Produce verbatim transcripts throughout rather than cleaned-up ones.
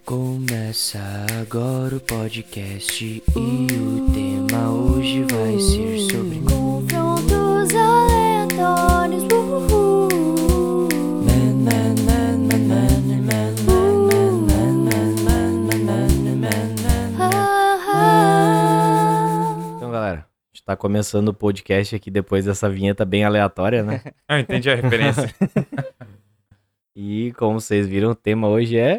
Começa agora o podcast e o tema hoje vai ser sobre confrontos aleatórios. Uhul. Man, man, man, man, man, man, man, man, man, man, man, man, man. Ah, ah. Então, galera, a gente tá começando o podcast aqui depois dessa vinheta bem aleatória, né? Ah, entendi a referência. E como vocês viram, o tema hoje é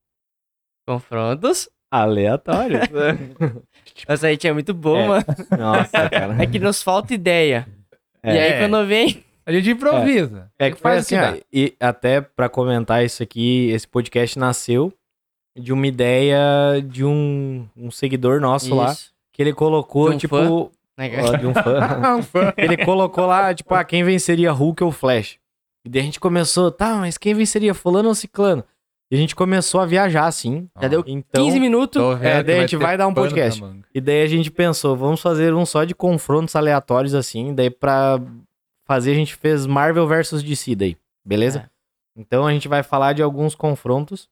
Confrontos? aleatório. Essa aí é muito bom, É. mano. Nossa, cara. É que nos falta ideia. É. E aí É. quando vem... A gente improvisa. É que foi Faz o assim, que ó, dá. e até pra comentar isso aqui, esse podcast nasceu de uma ideia de um, um seguidor nosso lá, Isso. que ele colocou, De um tipo... fã? ó, de um fã. Um fã. Ele colocou lá, tipo, ah, quem venceria, Hulk ou Flash? E daí a gente começou, tá, mas quem venceria, fulano ou ciclano? E a gente começou a viajar, assim. Já deu Então, quinze minutos. Tô vendo É, que daí a gente ter vai dar um pano podcast. pra manga. E daí a gente pensou, vamos fazer um só de confrontos aleatórios, assim. Daí pra fazer, a gente fez Marvel versus D C daí, beleza? É. Então a gente vai falar de alguns confrontos.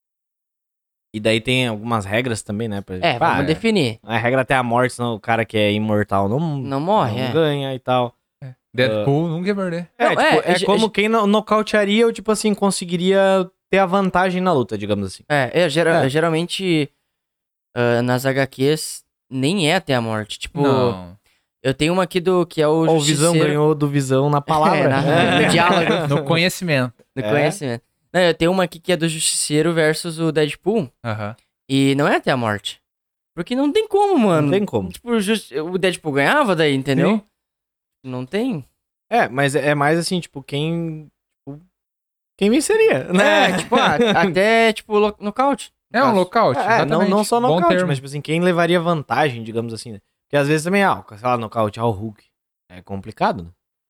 E daí tem algumas regras também, né? Pra, É, pá, vamos definir. A regra até a morte, senão o cara que é imortal não, Não morre, não é. ganha e tal. Deadpool nunca ia perder. É, Não, tipo, é, é, é, como é- quem no- nocautearia ou, tipo assim, conseguiria ter a vantagem na luta, digamos assim. É, é, gera- É. geralmente ah, nas H Qs nem é até a morte. Tipo, Não. eu tenho uma aqui do que é o Ou o Visão Justiceiro- ganhou do Visão na palavra. É, na- no diálogo. No conhecimento. Do É? conhecimento. Não, eu tenho uma aqui que é do Justiceiro versus o Deadpool. Aham. E não é até a morte. Porque não tem como, mano. Não tem como. Tipo, o Justi- o Deadpool ganhava daí, entendeu? Sim. Não tem. É, mas é mais assim, tipo, quem. tipo, quem venceria, né? É, tipo, ah, até, tipo, lo- nocaute. É um lockout. É, não, exatamente. não só Bom nocaute, termo. mas tipo assim, quem levaria vantagem, digamos assim, né? Porque às vezes também, ah, sei lá, nocaute, ah, o Hulk. É complicado, né?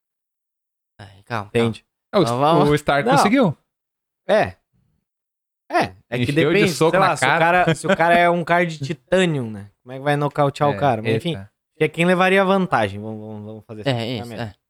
Ai, calma, calma. Entende? É, o, Então vamos- o Stark Não. conseguiu. É. É, é que Encheu de depende, soco sei lá, na se o, cara. cara, se o cara é um cara de titânio, né? Como é que vai nocautear o É, cara? Mas, enfim, eita. que é quem levaria vantagem. Vamos, vamos, vamos fazer É, assim, isso, mesmo. é.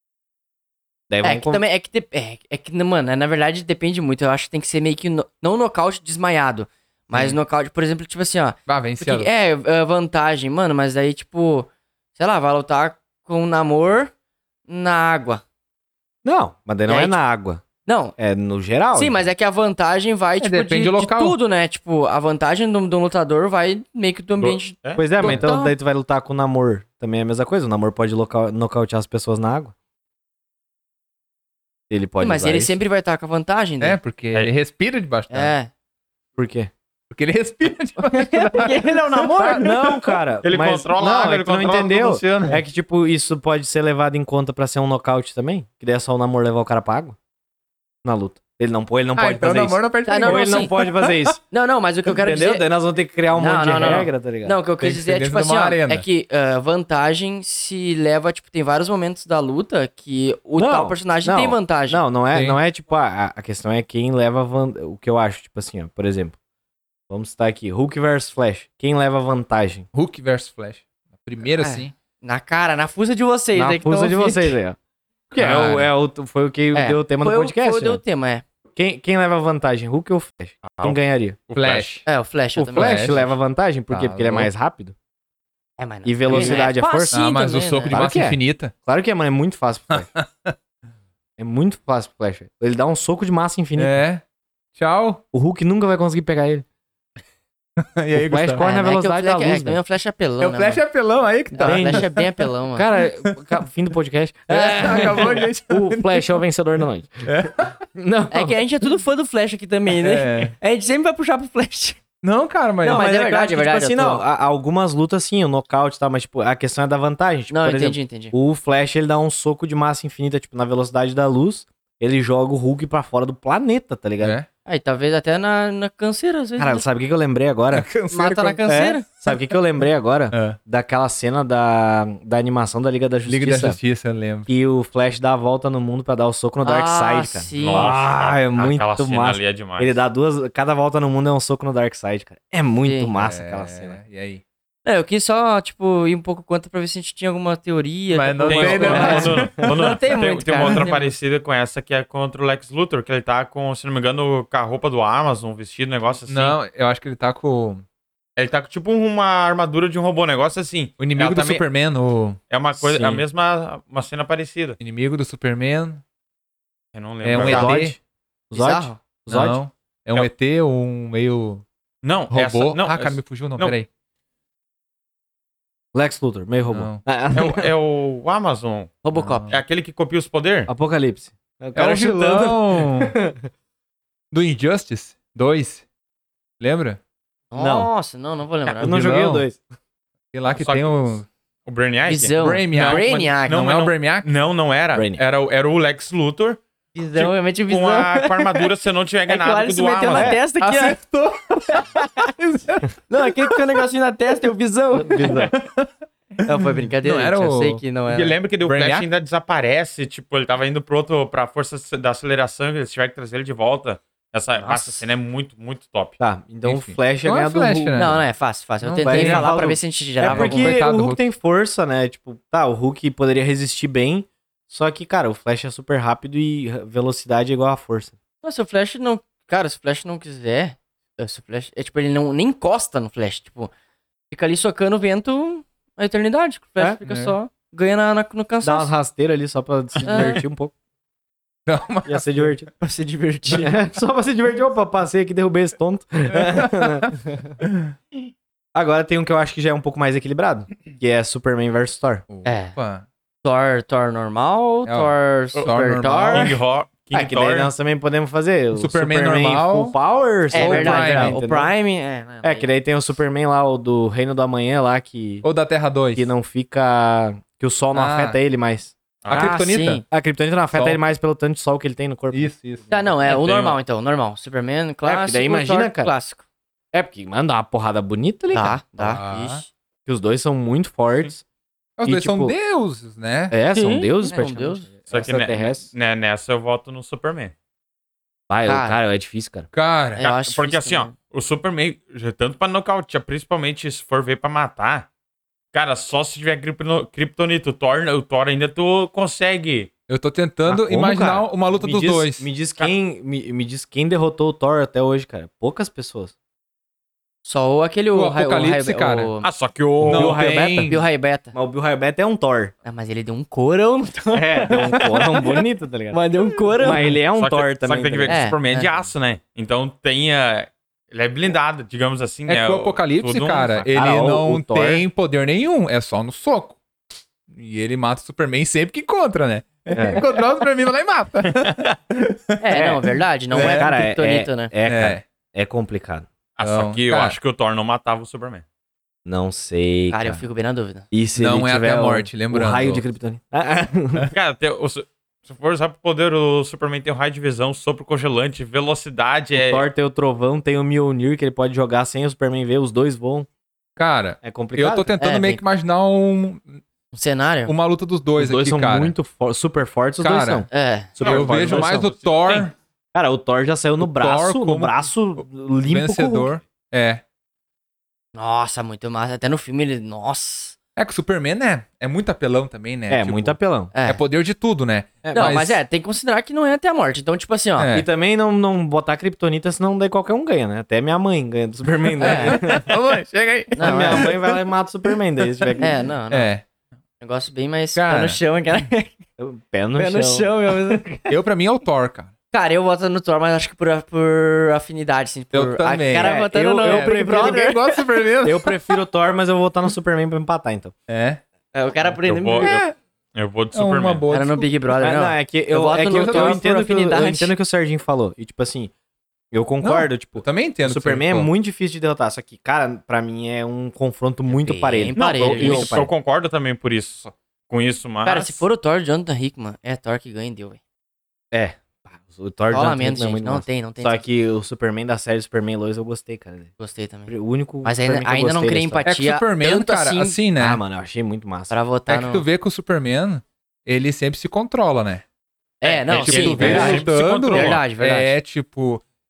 Daí É vamos que com- também, é que, de- é, é que, mano, na verdade depende muito. Eu acho que tem que ser meio que, no- não nocaute desmaiado, mas Sim. nocaute, por exemplo, tipo assim, ó. Vá, vence Porque, a é, é, vantagem, mano, mas aí, tipo, sei lá, vai lutar com o namor na água. Não, mas daí não E é aí, na água. Não, É no geral. sim, mas é que a vantagem vai, tipo, de, depende do de local. tudo, né? Tipo, a vantagem do, do lutador vai meio que do ambiente... Pois é, mas então Total. daí tu vai lutar com o Namor. Também é a mesma coisa. O Namor pode loca- nocautear as pessoas na água. Ele pode mas usar ele isso. sempre vai estar com a vantagem, É, né? porque ele respira debaixo d'água. É. Por quê? Porque ele respira debaixo Porque ele é o namor? Não, cara. Ele mas, controla não, a água, é ele que tu não controla todo entendeu. o oceano. É que, tipo, isso pode ser levado em conta pra ser um nocaute também? Que daí é só o Namor levar o cara pra água? Na luta. Ele não, ele não Ah, pode então o fazer namoro isso. não perde Tá, pra não, Ou ninguém. ele não sim. pode fazer isso. Não, não, mas o que eu quero Entendeu? dizer... Daí nós vamos ter que criar um Não, monte não, de não, não. regra, tá ligado? Não, o que eu Tem quis que dizer ser é, tipo dentro de assim, uma ó, arena. é que ah, vantagem se leva, tipo, tem vários momentos da luta que o Não, tal personagem não, tem vantagem. Não, não é, Sim. não é tipo, a, a questão é quem leva van... o que eu acho, tipo assim, ó, por exemplo, vamos citar aqui, Hulk versus Flash, quem leva vantagem? Hulk versus Flash. Primeiro, É. assim. Na cara, na fusa de vocês. Na aí que fusa tão de ouvindo. vocês aí, ó. Que é o, Cara. é o, foi o que É, deu o tema foi do o- podcast, Foi o deu né? o tema, é. Quem, quem leva vantagem, Hulk ou Flash? Quem ganharia? O Flash. É, o Flash, eu O também. Flash, Flash. leva vantagem, por quê? Tá Porque ele é louco. mais rápido? É, mas não- E velocidade é força? facinho Ah, mas o também, soco né? de Claro massa que é. infinita. Claro que é, mano, é muito fácil pro Flash. É muito fácil pro Flash. Ele dá um soco de massa infinita. É. Tchau. O Hulk nunca vai conseguir pegar ele. E aí, O Flash Gustavo? corre na É, né, que o velocidade da Flash- luz, é, que também velho. o Flash é apelão, É, o né, Flash é mano? apelão aí que Não, tá. o Entende? Flash é bem apelão, mano. Cara, ca- fim do podcast. É, acabou, gente. O Flash é o vencedor da noite. Não. É que a gente é tudo fã do Flash aqui também, né? É. A gente sempre vai puxar pro Flash. Não, cara, mas... Não, mas é que eu verdade, acho que, é verdade, Tipo assim, eu tô- não, há- algumas lutas sim, o nocaute e tal, mas tipo, a questão é da vantagem. Tipo, Não, por entendi, exemplo, entendi. o Flash ele dá um soco de massa infinita, tipo, na velocidade da luz, ele joga o Hulk pra fora do planeta, tá ligado? É. Aí, talvez até na, na canseira, às vezes. Cara, né? sabe o que, que eu lembrei agora? Câncer Mata na com- canseira. É, sabe o que, que eu lembrei agora? É. Daquela cena da, da animação da Liga da Justiça. Liga da Justiça, eu lembro. Que o Flash dá a volta no mundo pra dar o soco no Ah, Darkseid, cara. sim. Ah, é muito aquela cena massa. ali é demais. Ele dá duas. Cada volta no mundo é um soco no Darkseid, cara. É muito Sim. massa É, aquela cena. E aí? É, eu quis só, tipo, ir um pouco contra pra ver se a gente tinha alguma teoria. Mas não alguma- tem, né? alguma- Ô, Nuno, ô, Nuno, Não tem muito, tem cara, uma não outra tem parecida com essa que é contra o Lex Luthor, que ele tá com, se não me engano, com a roupa do Amazon, vestido, um negócio assim. Não, eu acho que ele tá com Ele tá com tipo uma armadura de um robô, um negócio assim. o inimigo Ela do também- Superman, o É uma coisa, Sim. a mesma, uma cena parecida. inimigo do Superman. Eu não lembro. É um agora. E T. Zod? Zod? Bizarro. Zod? Não, é um É o- E T ou um meio Não, robô. essa, não, ah, cara, essa- me fugiu não, não. peraí. Lex Luthor, meio robô. Não. Ah, é, o, é o Amazon. Robocop. É aquele que copia os poderes? Apocalipse. O É cara o chutando. vilão do Injustice dois. Lembra? Não. Nossa, não, não vou lembrar. Eu não vilão. joguei o dois. Tem lá que Só tem que- o... O Brainiac? Visão. Brainiac. Brainiac. Não, Não, é não. o Brainiac? Não, não era. Brainiac. Era, o- era o Lex Luthor Visão, realmente visão. com a, com a armadura se eu não tiver É que o enganado com o Alisson do meteu na Amazon. testa aqui, Acertou. ó. Não, aquele que tem um negocinho na testa, eu visão. Não, foi brincadeira. Não era gente, eu o- sei que não E era. lembra que o Brainiac? Flash ainda desaparece, tipo, ele tava indo pro outro, pra força da aceleração, eles tiveram que trazer ele de volta. Essa, Nossa. essa cena é muito, muito top. Tá, então Enfim. o Flash é Não é ganhar do Flash, Hulk. né? Não, não é fácil, fácil. Eu Não, tentei vai falar errar pra o- ver se a gente É gerava porque algum... coitado o do Hulk Hulk. tem força, né? Tipo, tá, o Hulk poderia resistir bem, só que, cara, o Flash é super rápido e velocidade é igual a força. Não, se o Flash não... Cara, se o Flash não quiser... Se o Flash... É tipo, ele não nem encosta no Flash. Tipo, fica ali socando o vento a eternidade. O Flash É? fica É. só... Ganha na, na- no Dá umas cansaço. rasteiras ali só pra se divertir um pouco. Não, mas... Ia ser divertido. Pra se divertir. Só pra se divertir. Opa, passei aqui e derrubei esse tonto. Agora tem um que eu acho que já é um pouco mais equilibrado, que é Superman versus Thor. É. Opa. Thor, Thor normal, É, ó. Thor Super normal. Thor. King, Ho King Ah, que daí Thor. nós também podemos fazer o Superman normal. Full Power, É Super verdade, Prime, verdade. O entendeu? Prime... É, É, que daí tem o Superman lá, o do Reino do Amanhã lá, que, Ou da Terra dois. que não fica... Que o sol não Ah. afeta ele mais. A Ah, Kryptonita? sim. A Kryptonita não afeta Sol. ele mais pelo tanto de sol que ele tem no corpo. Isso, isso. Tá, não, é, É, o tem normal um- então, o normal. Superman clássico, daí imagina, Thor cara. clássico. É, porque manda uma porrada bonita ali, Tá, cara. tá. Tá. Ixi. Que os dois são muito fortes. Os E, dois são tipo, deuses, né? É, são Sim, deuses são praticamente. deuses. Só que ne- Extraterrestres. né, nessa eu voto no Superman. Vai, Cara. cara, é difícil, cara. Cara, É, eu acho Porque difícil assim, ó, também. o Superman, já tanto pra nocautear, principalmente se for ver pra matar, cara, só se tiver cripno- Kryptonita, o Thor, o Thor ainda tu consegue. eu tô tentando Ah, como, imaginar cara? uma luta Me dos diz- dois. Me diz, quem, me, me diz quem derrotou o Thor até hoje, cara. Poucas pessoas. Só o aquele... O Rai- Apocalipse, Rai- cara. O... Ah, só que o. Não, Bill Raibeta? tem... Bill Rai Beta. Mas o Bill Raibeta é um Thor. Ah, mas ele deu um corão no Thor. É, deu um corão bonito, tá ligado? Mas deu um corão. Mas ele é um só que, Thor só também. que tem que ver tá que o É, Superman é de é. aço, né? Então tem a. Ele é blindado, digamos assim, né? É que o Apocalipse, tudo um- cara, ele Ah, o- não o Thor- tem poder nenhum, é só no soco. E ele mata o Superman sempre que encontra, né? É. Encontrar o Superman, vai lá e mata. É, não, verdade. Não é, Cara, é, Kryptonita, é, né? é, cara, É. é complicado. Ah, só Então, que eu cara. acho que o Thor não matava o Superman. Não sei, Cara, cara. eu fico bem na dúvida. E se Não ele é tiver até a o- morte, lembrando. O raio de Kryptonita. Ah, ah. Cara, tem o su- se for usar pro poder, o Superman tem o raio de visão, sopro congelante, velocidade. O É... Thor tem o trovão, tem o Mjolnir, que ele pode jogar sem o Superman ver, os dois voam. Cara, É complicado. eu tô tentando É, meio tem- que imaginar um- Um cenário? uma luta dos dois, Os dois aqui, são cara. muito fo- super fortes, os Cara, dois são. É. Super Eu fortes, vejo os dois mais são. o Thor Sim. Cara, o Thor já saiu no O braço, Thor no como braço limpo com o Hulk. vencedor. É. Nossa, muito massa. Até no filme ele... Nossa. É que o Superman, né? É muito apelão também, né? É, Tipo, muito apelão. É. É poder de tudo, né? Não, mas... mas- é, tem que considerar que não é até a morte. Então, tipo assim, ó. É. E também não, não botar Kryptonita, senão daí qualquer um ganha, né? Até minha mãe ganha do Superman, né? É. Ô, mãe, chega aí. A Não, minha é. mãe vai lá e mata o Superman daí. Se tiver que... É, não, não. É. Negócio bem mais Cara, pé no chão, cara. Pé no Pé chão. no chão, meu. Eu, pra mim, é o Thor, cara. Cara, eu voto no Thor, mas acho que por, por afinidade, assim. Por... Eu também. A cara É, votando eu- no eu Big prefiro- Brother. gosta do Superman. Eu prefiro o Thor, mas eu vou votar no Superman pra empatar, então. É. É, o cara Eu aprendendo. vou, eu, eu vou de É uma Superman. boa. Era no Big Brother, Ah, não. não, é que Eu eu, voto é que no eu, Thor eu por entendo que, o- eu afinidade. entendo o que o Serginho falou. E, tipo assim, eu concordo, tipo, Eu também entendo. o que você Superman é falou. muito difícil de derrotar. Só que, cara, pra mim é um confronto muito bem parelho. Não, parelho, eu, muito eu, muito eu parelho. concordo também por isso, com isso, mas... Cara, se for o Thor, Jonathan Hickman, é Thor que ganha e deu, velho. É. O Thor Só Jonathan lamento, Hickman é gente. muito Não massa. tem, não tem. Só que o Superman da série Superman Lois eu gostei, cara. Gostei também. O único Mas ainda, Superman que eu ainda não gostei criei da história. É que o empatia Superman, tanto cara, assim, assim, né? Ah, mano, eu achei muito massa. pra votar É que no... tu vê que o Superman, ele sempre se controla, né? É, não, É, tipo, sim, tu vê verdade. ele sempre se lutando, controla. Verdade, verdade. É, tipo,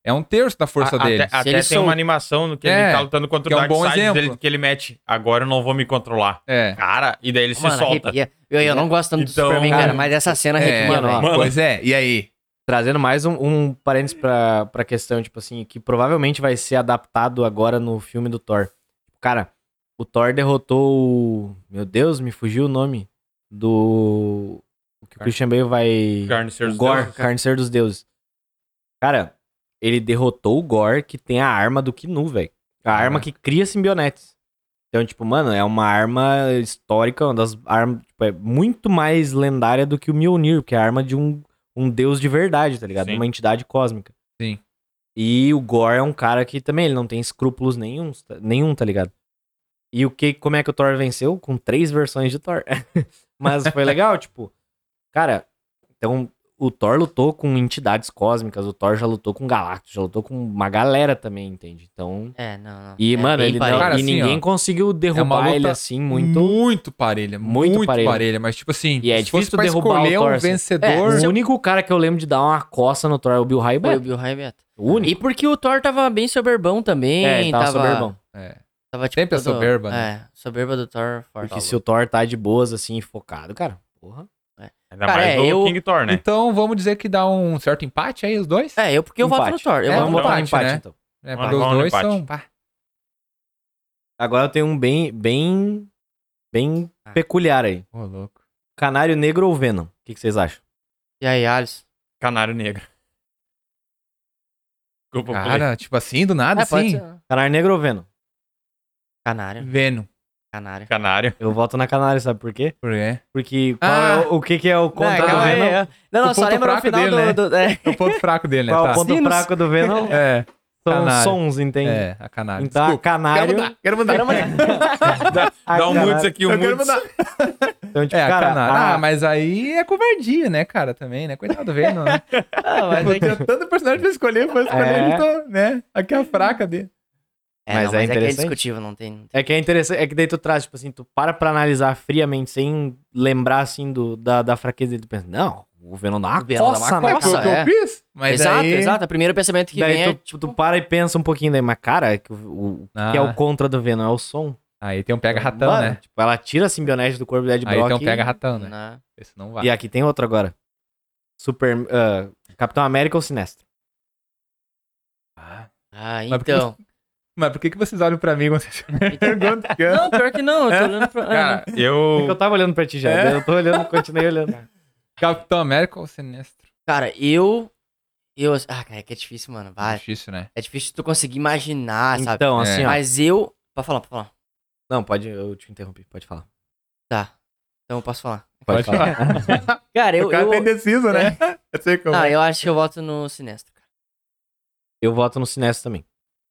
É um terço da força A- dele. Até, até ele tem sol- uma animação no que É, ele tá lutando contra que é o um bom Darkseid exemplo. dele, que ele mete. Agora eu não vou me controlar. É. Cara, e daí ele se Mano, solta. arrepia. Eu, eu não gosto tanto Então, do Superman, cara, cara, mas essa cena É, arrepia, velho. Mano. Pois é, e aí? Trazendo mais um, um parênteses pra, pra questão, tipo assim, que provavelmente vai ser adaptado agora no filme do Thor. Cara, o Thor derrotou o... Meu Deus, me fugiu o nome. Do... O que o Christian Bale vai... Carniceiro O dos Gore, Deuses. Carniceiro dos Deuses. Cara, ele derrotou o Gore, que tem a arma do Knu, velho. A arma que cria simbionetes. Então, tipo, mano, é uma arma histórica, uma das armas, tipo, é muito mais lendária do que o Mjolnir, que é a arma de um, um deus de verdade, tá ligado? Sim. Uma entidade cósmica. Sim. E o Gore é um cara que também, ele não tem escrúpulos nenhum, tá- nenhum, tá ligado? E o que, como é que o Thor venceu? Com três versões de Thor. Mas foi legal, tipo, cara, então o Thor lutou com entidades cósmicas, o Thor já lutou com Galactus, já lutou com uma galera também, entende? Então... É, não, não. E, É mano, bem ele não, parelho. Cara, e assim, ninguém ó, conseguiu derrubar luta ele assim muito. Muito parelha. Muito Muito, parelha. parelha. Mas, tipo assim, E é se difícil fosse tu pra derrubar escolher o Thor, um assim. vencedor... O único cara que eu lembro de dar uma coça no Thor é o Bill Raio Foi o Beto. Bill Raibet. O único. E porque o Thor tava bem soberbão também. É, ele tava, soberbão. É. Tava, tipo, Sempre é soberba, né? É, soberba do Thor forte. Porque se o Thor tá de boas, assim, focado, cara, porra. Ainda Cara, mais é, do eu- King Thor, né? Então, vamos dizer que dá um certo empate aí, os dois? É, eu porque eu voto no Empate. Thor. Eu É, voto Vamos no botar um empate, empate, né? então. É, Vamos porque os lá no dois empate. são... pá. Agora eu tenho um bem, bem, bem Ah. peculiar aí. Ô, louco. Canário Negro ou Venom? O que, que vocês acham? E aí, Alisson? Canário Negro. Desculpa, eu pulei. Cara, tipo assim, do nada, É, pode assim. ser. Canário Negro ou Venom? Canário. Venom. Canário. Canário. Eu voto na Canário, sabe por quê? Por quê? Porque qual Ah. é o, o que, que é o contra Não, do calma aí, Venom? é. Não, não, O só ponto lembra no fraco final dele, né? do... do- é. É o ponto fraco dele, né? Qual é Tá. o ponto Sinos. fraco do Venom? É, São Canário. sons, entende? é, a canário. Então a Desculpa. Canário... Quero mudar, quero mudar. Era uma- Dá, a dá um Canário- muts aqui, um Eu quero muts. mudar. Então, tipo, É, a cara, canário. a- Ah, mas aí é covardia, né, cara, também, né? Coitado do Venom, né? Ah, mas Pô, é que... tinha tanto personagem pra escolher, foi escolher, É. então, né? Aqui é a fraca dele. É, Mas não, é mas é que é interessante. discutível, não tem... não tem- É que é interessante, é que daí tu traz, tipo assim, tu para pra analisar friamente, sem lembrar, assim, do, da, da fraqueza, e tu pensa, não, o Venom dá uma O Venom dá uma coça, coça. né, Nossa, Foi o que é. eu fiz. Mas exato, aí... exato. O primeiro pensamento que Daí vem tu, é, tipo, tu para e pensa um pouquinho, daí, mas cara, é que o, o Ah. que é o contra do Venom é o som. Aí tem um pega-ratão, Mano, né? Tipo, ela tira a simbionete do corpo do Ed Aí Brock tem um e- pega-ratão, né? né? Esse não vai. e aqui tem outro agora. Super, ah, Capitão América ou Sinestro? Ah, Ah, Mas porque então... mas por que, que vocês olham pra mim quando vocês me perguntam? Não, pior que não, eu tô olhando pra... Cara, É que eu... eu tava olhando pra ti já, É? daí eu tô olhando, continuei olhando. Capitão América ou Sinestro? Cara, eu... Eu... Ah, cara, é que é difícil, mano. Vai. Difícil, né? É difícil tu conseguir imaginar, sabe? Então, assim, É. ó. Mas eu... Pode falar, pode falar. Não, pode, eu te interrompi, pode falar. Tá. Então eu posso falar. Pode, Pode falar. Cara, eu... o cara eu... tá indeciso, né? Eu sei como. Ah, é. eu acho que eu voto no Sinestro, cara. Eu voto no Sinestro também.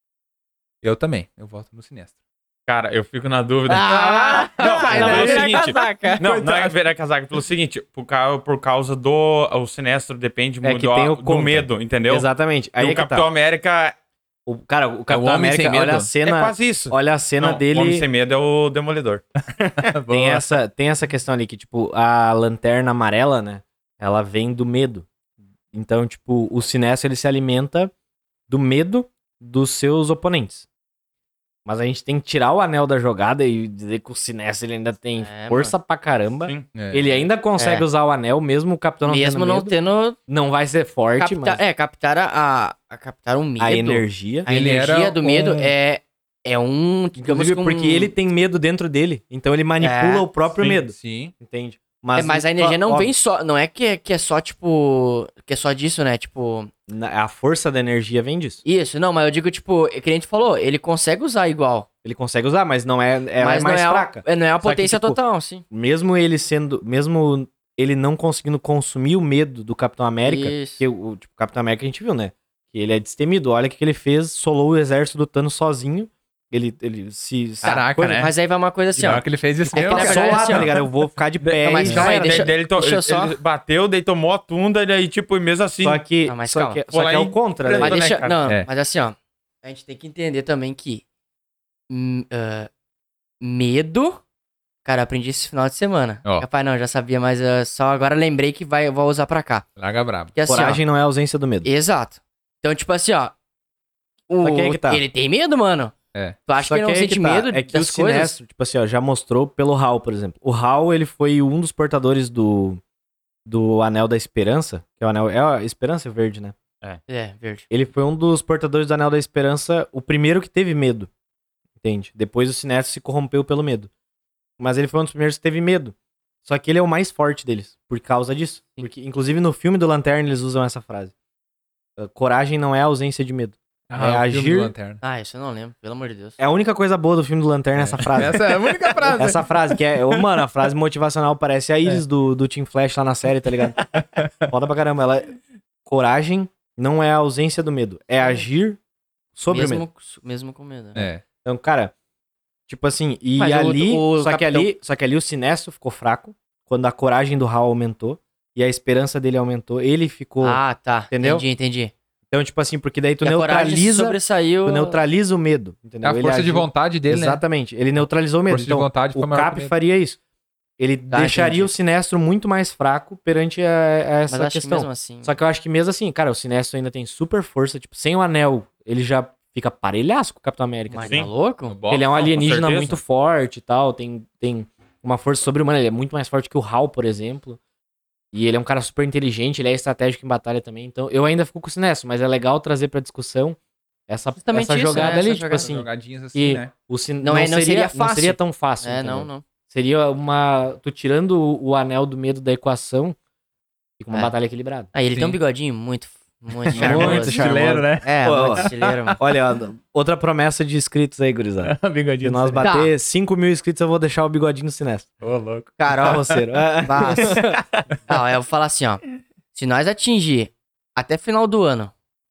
Eu também. Eu voto no Sinestro. Cara, eu fico na dúvida. Ah! Não, Vai, não, vai é o virar seguinte. casaca. Não, não é virar casaca. Pelo seguinte, por causa, por causa do... O Sinestro depende É muito que do, tem o do contra. medo, entendeu? Exatamente. Aí E é o que Capitão tá. América O, cara, o Capitão homem sem América, olha medo. a é cena, quase isso. olha a cena Não, dele. O Homem Sem Medo é o Demolidor. Tem essa, tem essa questão ali que, tipo, a lanterna amarela, né? Ela vem do medo. Então, tipo, o Sinestro, ele se alimenta do medo dos seus oponentes. Mas a gente tem que tirar o anel da jogada e dizer que o Sinestro, ele ainda tem É, força pra caramba. Sim. É. Ele ainda consegue É. usar o anel, mesmo o Capitão não Mesmo tendo não medo. tendo... Não vai ser forte, Captar, mas É, captar a, a, a captar o medo. a energia... A Ele energia era do medo um- é, é um... Digamos Inclusive que um- porque ele tem medo dentro dele. Então ele manipula É, o próprio sim, medo. Sim. Entende? É, mas a energia não ó, vem só... Não é que, é que é só, tipo... Que é só disso, né? Tipo... na- A força da energia vem disso. Isso, não, mas eu digo, tipo... É que a gente falou, ele consegue usar igual. Ele consegue usar, mas não é, ela mas é mais não é fraca. A, é, não é a Só que, potência tipo, total, sim. Mesmo ele sendo. Mesmo ele não conseguindo consumir o medo do Capitão América. Isso. Que o, o tipo, Capitão América a gente viu, né? Que ele é destemido. Olha o que, que ele fez, solou o exército do Thanos sozinho. Ele, ele se. se- Caraca, coisa- né? Mas aí vai uma coisa assim, E na ó. hora que ele fez isso, É que eu, na cara, Passou verdade, lá, assim, tá ó. ligado? Eu vou ficar de pé. Não, mas e já calma aí, era. deixa- Daí ele, to- deixa eu ele- só- ele bateu, daí tomou a tunda, e daí, tipo, e mesmo assim. Só que. Ah, mas só calma. que, Vou só lá que é e- o contra, né? Mas né, deixa, cara? não, É. mas assim, ó. A gente tem que entender também que hum, ah, medo. Cara, eu aprendi esse final de semana. Ó. Rapaz, não, já sabia, mas ah, só agora lembrei que vai, eu vou usar pra cá. larga brabo. Porque assim, ó, Coragem não é a ausência do medo. exato. Então, tipo assim, ó, O, Só que aí que tá. Ele tem medo, mano. É. Tu acha Só que ele não aí sente tá, medo é que das o coisas? Sinestro, tipo assim, ó, já mostrou pelo Hal, por exemplo. O Hal, ele foi um dos portadores do, do Anel da Esperança, que é o Anel... É a Esperança Verde, né? É, verde. Ele foi um dos portadores do Anel da Esperança, o primeiro que teve medo, entende? Depois o Sinestro se corrompeu pelo medo. Mas ele foi um dos primeiros que teve medo. Só que ele é o mais forte deles, por causa disso. Sim. Porque, inclusive, no filme do Lanterna, eles usam essa frase. Uh, Coragem não é ausência de medo. Ah, É o filme agir- do Lanterna. Ah, isso eu não lembro, pelo amor de Deus. É a única coisa boa do filme do Lanterna, essa frase. Essa é a única frase. Essa frase, que é, ô, mano, a frase motivacional parece a Iris do, do Team Flash lá na série, tá ligado? Foda pra caramba. Ela, coragem não é a ausência do medo, é agir sobre o medo. mesmo, mesmo com medo. né? É. Então, cara, tipo assim, e Mas o- ali, o só, que capitão- ali só que ali o Sinestro ficou fraco, quando a coragem do Hal aumentou, e a esperança dele aumentou, ele ficou... Ah, tá. Entendeu? Entendi, entendi. Então, tipo assim, porque daí tu E a coragem neutraliza, sobressaiu. tu neutraliza o medo, É entendeu? a Ele força de agiu- vontade dele, né? Exatamente, ele neutralizou o medo. Força de Então, vontade foi o maior que Cap o medo. faria isso. Ele Tá, deixaria entendi. o Sinestro muito mais fraco perante a, a Mas essa acho que questão. mesmo assim. Só que eu acho que mesmo assim, cara, o Sinestro ainda tem super força. Tipo, sem o anel, ele já fica parelhaço com o Capitão América. Mas tá tá ligado? louco? Bom, Ele é um com alienígena certeza. muito forte e tal. Tem, tem uma força sobre-humana. Ele é muito mais forte que o Hal, por exemplo. E ele é um cara super inteligente. Ele é estratégico em batalha também. Então eu ainda fico com o Sinestro, mas é legal trazer pra discussão essa, Justamente essa isso, jogada né? ali. Essa tipo jogada. assim, Jogadinhas assim, e né? o sin... Não não, é- não seria, seria não fácil. seria tão fácil. É, entendeu? não, não. Seria uma. Tu tirando o, o anel do medo da equação, fica uma É. batalha equilibrada. Ah, ele tem um Sim. bigodinho muito, muito charmoso. Muito estileiro, né? É, Pô, muito estileiro, mano. Olha, ó, outra promessa de inscritos aí, gurizada. Se Bigodinho. nós Tá. bater cinco mil inscritos, eu vou deixar o bigodinho no Sinestro. Ô, louco. Cara, ó, Carroceiro. É. Mas, não, eu vou falar assim, ó. Se nós atingir até final do ano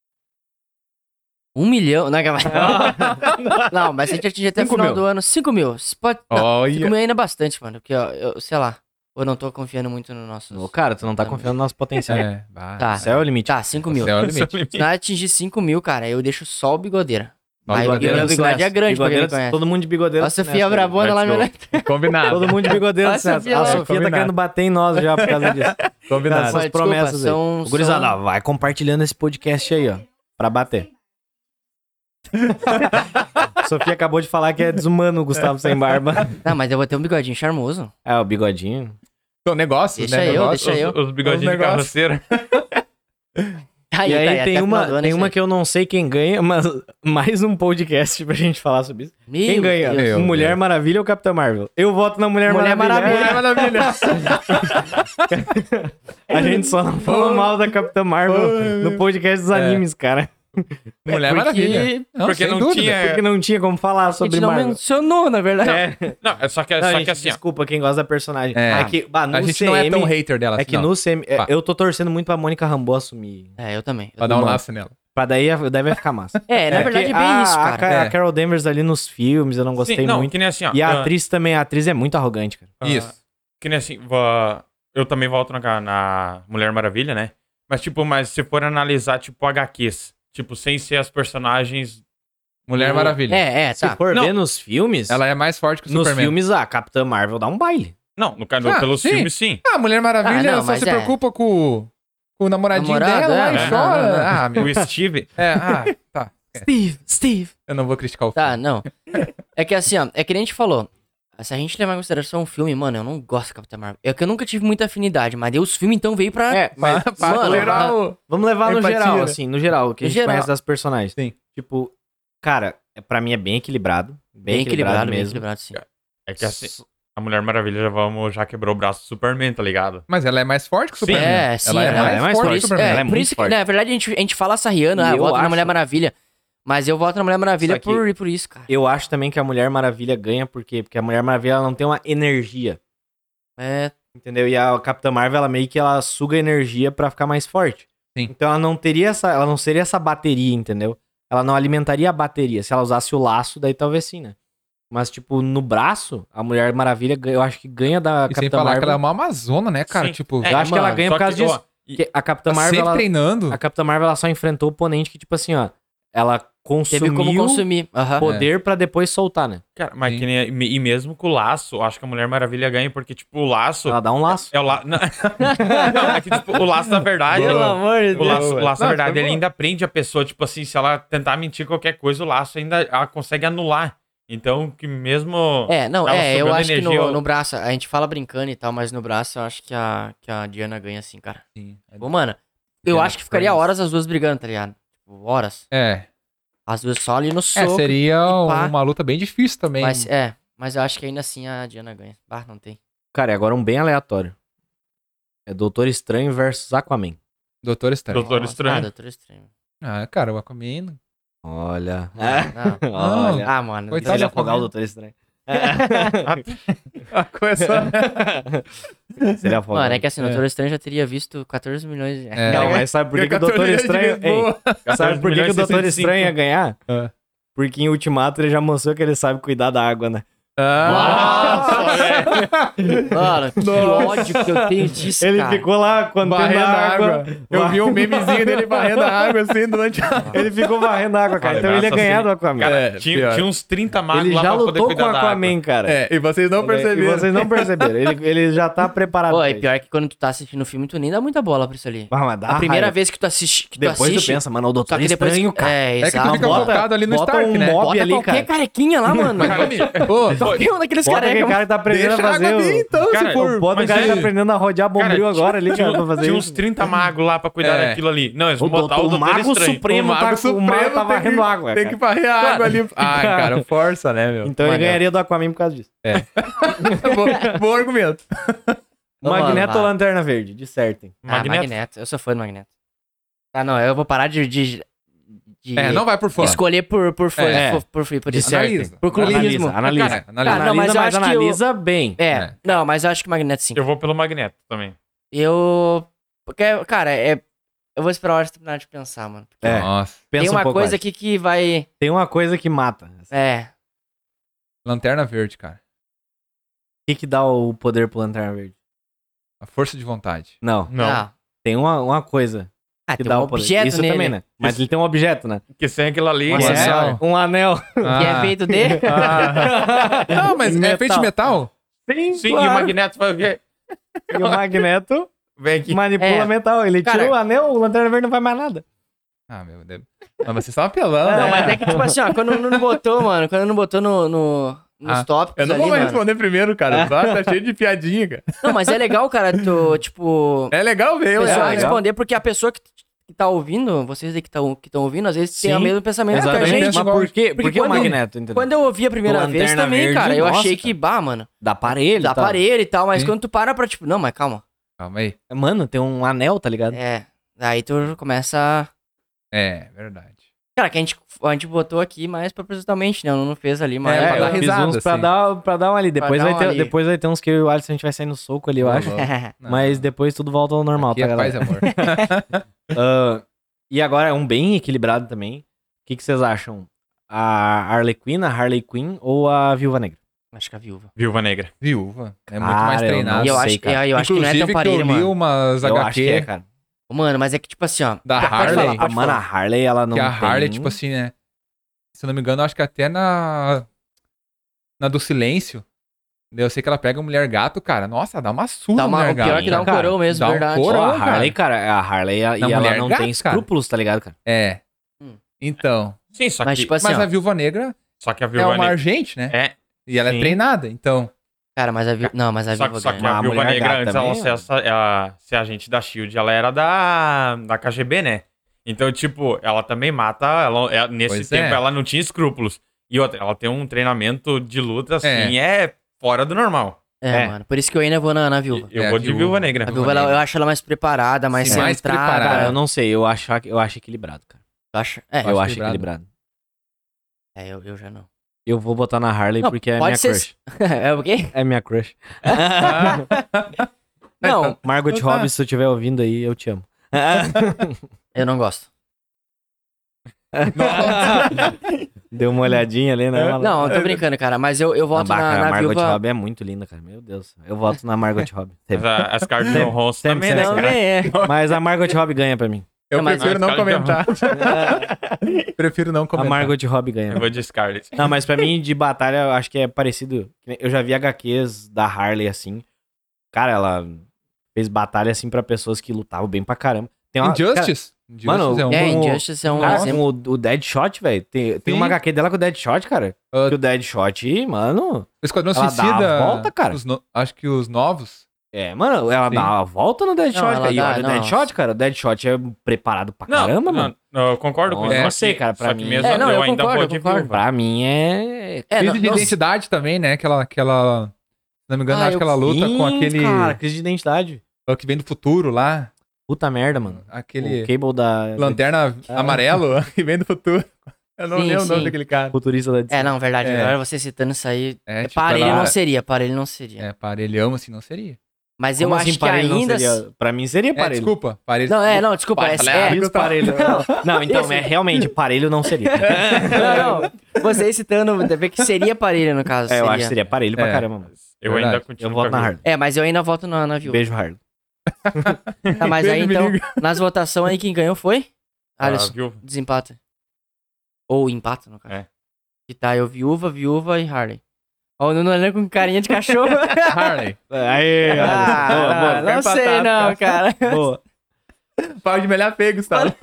um milhão. Não, calma. Não, mas se a gente atingir até Cinco final mil. do ano cinco mil. se Pode, não, cinco Olha. mil ainda é bastante, mano. Porque, ó, eu, sei lá. Eu não tô confiando muito no nosso. Ô, cara, tu não tá confiando no nosso potencial. É, vai. Tá. Céu é o limite. Tá, cinco mil. Céu é o limite. Se nós atingir cinco mil, cara, eu deixo só o bigodeira. Só o Aí, bigodeira o do bigode Sinestro. é grande pra quem Bigodeira não do- conhece. Todo mundo de bigodeira. Ó, a do Sofia Sinestro. Brabona lá, meu. Combinado. Todo mundo de bigodeira. Ó, do a Sinestro. Sofia A lá. Sofia tá Combinado. querendo bater em nós já por causa disso. Combinado. Essas Mas, desculpa, promessas aí. são- Ô, gurizada, são- ó, vai compartilhando esse podcast aí, ó. Pra bater. Sofia acabou de falar que é desumano o Gustavo sem barba. Não, mas eu vou ter um bigodinho charmoso. É, o bigodinho. Então, negócios, Deixa né? eu, Negócios. deixa eu. Os, os bigodinhos Os de negócios. carroceiro. Aí, e aí tá, tem até final uma, do ano é tem isso uma aí. que eu não sei quem ganha, mas mais um podcast pra gente falar sobre isso. Meu Quem ganha? Deus. Meu Mulher Deus. Maravilha ou Capitã Marvel? Eu voto na Mulher, Mulher Maravilha. Maravilha. A gente só não falou mal da Capitã Marvel Oh. no podcast dos animes, cara. Mulher Porque- Maravilha. Não, porque sem não dúvida. tinha- Porque não tinha como falar A sobre gente não Marvel. mencionou, na verdade. É. Não, é só que, Não, só gente, que assim, ó. desculpa quem gosta da personagem. É. É, que, bah, no A gente C M, não é tão hater dela É assim, que não. no C M, é, Pá. eu tô torcendo muito pra Mônica Rambeau assumir. É, eu também. Eu Pra dar um Mano. laço nela. Pra daí, daí vai ficar massa. É, na É, verdade é Porque bem a, isso, a cara. Ca- É. a Carol Danvers ali nos filmes, eu não gostei Sim, não, muito. que nem assim, ó. E a ah, atriz também, a atriz é muito arrogante, cara. ah, Isso. Que nem assim, vó- eu também volto na, na Mulher Maravilha, né? Mas, tipo, mas se for analisar, tipo, H Qs, tipo, sem ser as personagens. Mulher O- Maravilha. É, é, Se tá. for Não. ver nos filmes, Ela é mais forte que o nos Superman. filmes a Capitã Marvel dá um baile. Não, no caso, Ah, pelos sim. filmes, sim. Ah, Mulher Maravilha Ah, não, só mas se é. preocupa com, com o namoradinho Namorado, dela lá é, e não, chora. não, não. Ah, meu. O Steve. É, ah, tá. É, Steve, Steve. eu não vou criticar o Tá, filme. não. É que assim, ó, é que nem a gente falou. Se a gente levar em consideração o filme, mano, eu não gosto da Capitã Marvel. É que eu nunca tive muita afinidade, mas daí os filmes então veio pra. É, mas Pra, pra Mano, tolerar ah, o... vamos levar no Empatia, geral, né? assim, no geral, o que a No gente geral. conhece das personagens. Sim. Tipo, cara, é- pra mim é bem equilibrado. Bem, Bem equilibrado, equilibrado, bem mesmo. equilibrado, sim. É que assim, a Mulher Maravilha já, vamos, já quebrou o braço do Superman, tá ligado? Mas ela é mais forte que o Sim. Superman. É, sim, ela é ela mais é mais forte forte. que o Isso, Superman. é, Ela é por muito isso que, forte. na verdade, a gente, a gente fala essa Rihanna, E ah, eu voto na acho- Mulher Maravilha. Mas eu voto na Mulher Maravilha Só que- por, por isso, cara. Eu acho também que a Mulher Maravilha ganha, por quê? Porque a Mulher Maravilha ela não tem uma energia, É, entendeu? E a Capitã Marvel, ela meio que ela suga energia pra ficar mais forte. Sim. Então ela não teria essa, ela não seria essa bateria, entendeu? Ela não alimentaria a bateria. Se ela usasse o laço, daí talvez sim, né? Mas, tipo, no braço, a Mulher Maravilha, ganha- eu acho que ganha da E sem Capitã falar Marvel. que ela é uma amazona, né, cara? Sim. Tipo, Eu acho que ela mano, ganha só por causa que, ó, disso. e- Porque a Capitã tá Marvel, sempre ela, treinando. a Capitã Marvel, ela só enfrentou o oponente que, tipo assim, ó, ela consumiu Teve como consumir. Aham. poder pra depois soltar, né? Cara, mas Sim. que nem, e mesmo com o laço, acho que a Mulher Maravilha ganha, porque, tipo, o laço. Ela dá um laço. É o laço. Não, não, é que, tipo, o laço, na verdade. Pelo o- amor de O Deus. laço, o laço na Não, verdade, foi ele bom. ainda prende a pessoa. Tipo assim, se ela tentar mentir qualquer coisa, o laço ainda ela consegue anular. Então, que mesmo. É, não, ela é, eu sobrando acho que energia, no, eu- no braço, a gente fala brincando e tal, mas no braço eu acho que a, que a Diana ganha sim, cara. Sim. Pô, mano, eu Diana acho que ficaria Prince. horas as duas brigando, tá ligado? Tipo, horas. É. As duas só ali no É, soco. seria e pá. uma luta bem difícil também. Mas, é, mas eu acho que ainda assim a Diana ganha. Bah, não tem. Cara, e agora um bem aleatório. É Doutor Estranho versus Aquaman. Doutor Estranho. Doutor Nossa, Estranho. Ah, Doutor Estranho. Ah, cara, o Aquaman. Olha. Não. Olha. Ah, mano. Coitado Se ele do afogar o Aquaman. Doutor Estranho. A coisa. Se ele afogar. Mano, é que assim, o É. Doutor Estranho já teria visto quatorze milhões de... É. Não, mas sabe por que, que o Doutor Estranho... Ei, sabe por que, que o Doutor Estranho ia ganhar? É. Porque em Ultimato ele já mostrou que ele sabe cuidar da água, né? Ah, Nossa, velho. Mano, que ódio que eu tenho disso, Ele cara. ficou lá quando varrendo a água. Eu va- vi um memezinho dele varrendo a água assim durante a. Ele ficou varrendo a água, cara. Olha, Então ele ia graças ganhar a do Aquaman. Cara, É, tinha, pior. tinha uns trinta magos Ele lá já pra poder lutou com cuidar o da água. Aquaman, cara. É, e vocês não E perceberam. vocês não perceberam. Ele, ele já tá preparado. Pô, pra e isso. pior que quando tu tá assistindo o filme, tu nem dá muita bola pra isso ali. Ah, mas dá A primeira raiva. vez que tu assiste, que tu Depois assiste... tu pensa, mano, o Só Doutor que depois... Estranho, cara. É, É que tu exato. fica Bota- focado ali no bota Stark, um né? mob Bota ali, qualquer cara. carequinha lá, mano. Pô, Qualquer um daqueles Bota aquele carecas. cara que tá aprendendo deixa a a fazer água vir, o... então, Cara, se for. Bota o Mas cara que tá é- aprendendo a rodear bombril Cara, agora ali, cara, pra fazer Tinha isso. uns trinta magos lá pra cuidar É. daquilo ali. Não, eles O, vão botar doutor, o o Doutor Mago Estranho. Supremo O Mago tá, o Supremo Mago tá tem que- varrendo água, Tem cara. que varrer a água ali. Ai, cara, força, né, meu? Então ele Mano. ganharia do Aquaman por causa disso. bom, bom argumento. Ô, Magneto mano, ou vai. Lanterna Verde? Dissertem. Ah, Magneto. Magneto. Eu sou fã do Magneto. Ah, não, eu vou parar de... de, de É, não vai por fã. escolher por, por fã, É. por, por, por isso. Analisa. Por clubismo. Analisa, analisa. Cara, analisa. Cara, não, mas eu Analisa, acho que analisa bem. É, É. não, mas eu acho que Magneto sim. Eu vou pelo Magneto também. Eu... Porque, cara, é... Eu vou esperar a hora de terminar de pensar, mano. Porque É. Nossa. Pensa tem um uma pouco coisa mais. aqui que vai... Tem uma coisa que mata. O É... Lanterna Verde, cara. que que dá o poder pro Lanterna Verde? A força de vontade. Não. Não. Ah, Tem uma, uma coisa ah, que tem dá um o poder. objeto Isso nele. também, né? Mas ele tem um objeto, né? Porque sem aquilo ali. Um Que é acessório. um anel. Que é Ah. feito de... Ah. Não, mas é feito de metal? Sim, Sim, claro. e o Magneto vai o quê? E o Magneto Vem aqui. manipula É. metal. Ele Cara- tira o anel, o Lanterna Verde não faz mais nada. Ah, meu Deus. Mas vocês estavam apelando, Não, né? mas é que, tipo assim, ó, quando não botou, mano, quando não botou no, no, nos Ah, tópicos Eu não ali, vou mano. responder primeiro, cara. Tá, tá cheio de piadinha, cara. Não, mas é legal, cara, tu, tipo... É legal ver, a pessoa é né? legal. responder, porque a pessoa que, que tá ouvindo, vocês aí que estão que tão ouvindo, às vezes tem Sim, o mesmo pensamento que a Exatamente. gente. Mas igual. por quê? Porque Por que o quando- Magneto, entendeu? Quando eu ouvi a primeira O vez Lanterna também, Verde, cara, eu nossa, achei cara. que, bah, mano, Dá aparelho, dá tá? aparelho e tal, mas Sim. quando tu para pra, tipo, não, mas calma. Calma aí. Mano, tem um anel, tá ligado? É, daí tu começa... É, verdade. Cara, que a gente, a gente botou aqui mais propositalmente, né? O Nuno fez ali, mas... É, pra eu dar fiz risada, uns pra assim. dar, pra dar um ali. Depois dar vai, um ter, ali. depois vai ter uns que eu e o Alisson a gente vai sair no soco ali, eu acho. Não, Mas depois tudo volta ao normal, aqui tá, é galera? paz e amor. Ah, e agora é um bem equilibrado também. O que, que vocês acham? A Harley Quinn, a Harley Quinn ou a Viúva Negra? Acho que a viúva. Viúva Negra. Viúva. É muito Cara, mais eu treinado. E eu, sei, acho, cara. eu, eu acho que não é Inclusive, tão que eu parelho, li mano. umas Eu H Q acho que é, cara. Mano, mas é que, tipo assim, ó... da pode Harley. falar, A, pode mano, a falar. Harley, ela não que a Harley, tem... tipo assim, né? Se eu não me engano, acho que até na. Na do silêncio. Eu sei que ela pega a mulher gato, cara. Nossa, dá uma surra Dá uma, mulher o pior é gato. que dá um cara. corão mesmo, Dá um verdade. Pô, corão. a Harley, cara, a Harley, a- Na e ela mulher não gato, tem escrúpulos, tá ligado, cara? É. Hum. Então. Sim, só Mas, que, tipo assim, Mas ó, a Viúva Negra só que a é Viúva uma Negra... agente, né? É, E ela Sim. é treinada, então. cara, mas a viúva... Não, mas a só, viúva que- só que ganha. a A Viúva mulher Negra, gata antes ela também, ser, ó. essa- ela ser agente da SHIELD, ela era da, da K G B, né? Então, tipo, ela também mata... Ela, é- nesse Pois tempo, é. ela não tinha escrúpulos. E outra, ela tem um treinamento de luta, assim, é, fora do normal. É, É. mano, por isso que eu ainda vou na, na viúva. Eu É, vou a de Viúva. Viúva Negra. A viúva, ela- eu acho ela mais preparada, mais Sim, mais centrada. preparada. Cara, eu não sei, eu acho, eu acho equilibrado, cara. Eu acho, é, Eu, acho acho equilibrado. equilibrado. é eu, eu já não. Eu vou botar na Harley Não, porque é pode minha ser- crush. É o quê? É minha crush. Não, Margot Então tá. Robbie, se tu estiver ouvindo aí, eu te amo. eu não gosto. Deu uma olhadinha ali, né? Não, eu tô brincando, cara, mas eu, eu voto Não, na, cara, na a Margot viúva... Robbie é muito linda, cara. Meu Deus. Eu voto na Margot Robbie. Mas Sempre. a, a Scarlett Sempre, Johansson sempre, também, né? sempre. cara? Também é. Mas a Margot Robbie ganha pra mim. Eu É, mas prefiro não Scarlett comentar. Prefiro não A comentar. Margot Robbie ganha. Eu vou de Scarlett. Não, mas pra mim, de batalha, eu acho que é parecido. Eu já vi agá quês da Harley, assim. Cara, ela fez batalha, assim, pra pessoas que lutavam bem pra caramba. Tem uma, Injustice? Injustice Mano, é um... É, como- Injustice é um Cara, exemplo. com o, o Deadshot, velho. Tem, tem Sim. uma agá quê dela com o Deadshot, cara. Ah, Que o Deadshot, mano... O Esquadrão Ela dá Suicida... a volta, cara. os no- Acho que os novos... É, mano, ela Sim. dá uma volta no Deadshot, Não, ela cara. E dá, olha o não. Deadshot, cara. O Deadshot é preparado pra Não, caramba, não, mano. não, eu concordo com Não, isso. eu não só sei, que- cara, pra só que mim- mesmo É, não, eu, eu ainda concordo, vou de eu concordo. viúva. Pra mim é... É, Crise não, de não- identidade também, né? Aquela... aquela... Se não me engano, Ah, acho eu- que ela luta com Sim, aquele... cara, crise de identidade. o que vem do futuro lá. Puta merda, mano. Aquele... O Cable da... Lanterna Ah. amarelo que vem do futuro. Eu não Sim, lembro o nome sim. daquele cara. Futurista da D C. É, não, verdade. É. Agora você citando isso aí. É, tipo, para ele ela- não seria, para ele não seria. É, parelhão assim não seria. Mas Como eu assim, acho que parelho não ainda. seria- Pra mim seria É, parelho. desculpa, parelho. Não, é, não, desculpa. É, Parelho. é, Amigos parelho. Não, então, é, realmente, parelho não seria. não, não. Você citando, deve ver que seria parelho no caso. É, eu seria. acho que seria parelho pra É. caramba, mano. Eu Verdade. ainda continuo Eu voto com a na viúva. Harley. É, mas eu ainda voto na, na viúva. Beijo, Harley. Tá, mas aí Beijo, me então, liga. nas votações aí, quem ganhou foi? A Alisson, viúva. desempata. Ou empata, no caso. É. Que tá eu, viúva, viúva e Harley. Ó, o Nuno olhando com carinha de cachorro. Harley. Aê, ah, boa, boa, não ficar sei empatado, não, cara. boa. Pau de melhor pego, Gustavo.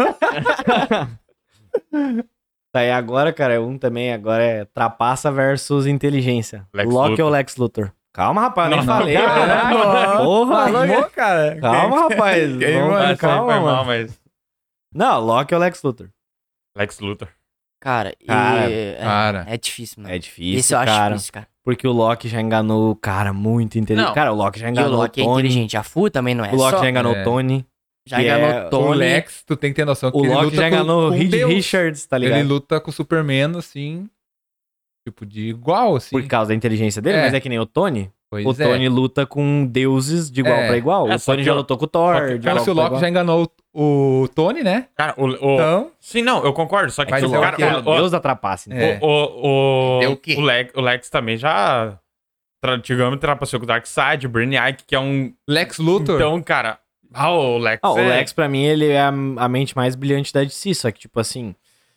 Tá, e agora, cara, um também, agora é trapaça versus inteligência. Lex Loki Luthor. ou Lex Luthor? Calma, rapaz, nem Não, falei, não, cara. não. Porra, Falou, cara. calma, rapaz. Quem Vamos- manda, Essa aí calma, foi mano. mal, mas... Não, Loki ou Lex Luthor? Lex Luthor. Cara, e- Cara, é, cara. é difícil, mano. É difícil, Esse eu acho cara. difícil, cara. Porque o Loki já enganou o cara muito inteligente. Não. Cara, o Loki já E o enganou o Loki é Tony. inteligente. A Fu também não é O Loki só... já enganou É. o Tony. Já que enganou é- o O Tony. Lex, tu tem que ter noção que O ele Loki luta já com- enganou o com Reed Deus. Richards, tá ligado? Ele luta com o Superman, assim, tipo, de igual, assim. Por causa da inteligência dele, É. mas é que nem o Tony. Pois o é. Tony luta com deuses de igual É. pra igual. É, o só Tony que já o- lutou com o só Thor. que- de Então, igual se o pra Loki igual. já enganou o, o Tony, né? Cara, o... o- Então, Sim, não, eu concordo. Só que, Mas tipo, o cara, Loki é é o o, o, deus da trapaça. Então. É. o, o, Deu o quê? o, Lex, o Lex também já... Tra, digamos, trapaceou com o Darkseid, o Brainiac, que é um... Lex Luthor. Então, cara... Ah, o Lex Ah, o é- Lex, pra mim, ele é a, a mente mais brilhante da D C, só que, tipo assim,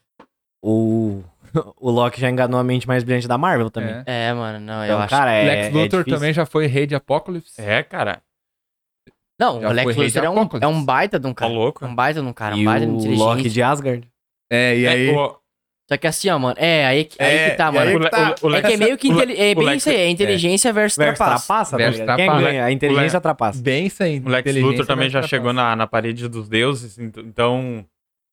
o, o Loki já enganou a mente mais brilhante da Marvel também. É. É, mano, não, eu Então, acho... cara, é, Lex é Luthor difícil. também já foi rei de Apocalipse. É, cara. Não, já o Lex foi rei de Luthor é um, Apocalipse. é um baita de um Tá cara. louco. É um baita de um cara, um E baita de o inteligente. Loki de Asgard. É, e aí... É, o, Só que assim, ó, mano, é, aí, que- aí É, que tá, e mano. aí o, Le- tá. o, o É Lex... que é meio que... o Le- inteli- É o bem Lex- isso aí, é inteligência versus Versus trapaça. trapaça, tá Versus ligado? Quem trapaça. ganha? A inteligência O trapaça. Bem isso aí. O Lex inteligência Luthor também já versus chegou trapaça. na, na parede dos deuses, ent- então...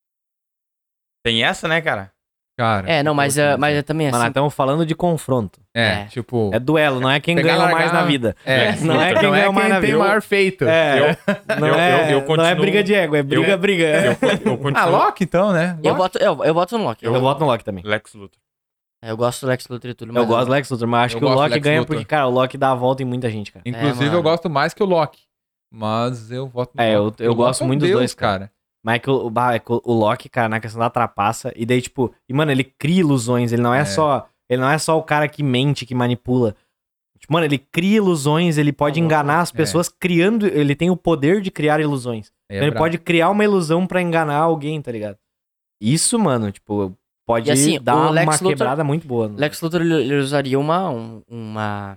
Tem essa, né, cara? Cara. É, não, mas, eu ah, vou mas dizer. é também assim... Mano, estamos falando de confronto. É, É. tipo... É duelo, não é quem Pegar, ganhou largar, mais na vida. É, Lex Não é Luthor. quem não é ganhou mais quem na tem vida. maior feito. É, não, eu- é, eu- eu não é continuo- briga de ego, é briga, eu- briga. Eu, eu continuo... Ah, Loki então, né? Eu Loki. voto, eu, eu voto no Loki. Eu, Eu, voto no Loki também. Lex Luthor. eu gosto do Lex Luthor e tudo, Eu mas... gosto do Lex Luthor, mas acho Eu que o gosto do Loki Lex ganha Luthor. porque, cara, o Loki dá a volta em muita gente, cara. Inclusive, mano. eu gosto mais que o Loki. Mas eu voto no É, eu- Loki. eu O gosto Loki é um muito dos deus, dois, cara. Mas é que o, bah, é que o- o Loki, cara, na questão da trapaça, e daí, tipo, e, mano, ele cria ilusões, ele não é, É. só. Ele não é só o cara que mente, que manipula. Tipo, mano, ele cria ilusões, ele pode Tá louco. enganar as É. pessoas criando. Ele tem o poder de criar ilusões. É Então ele brabo. pode criar uma ilusão pra enganar alguém, tá ligado? Isso, mano, tipo, pode E assim, dar o uma Lex Luthor- quebrada muito boa. né? Lex Luthor, ele, ele usaria uma, um- uma...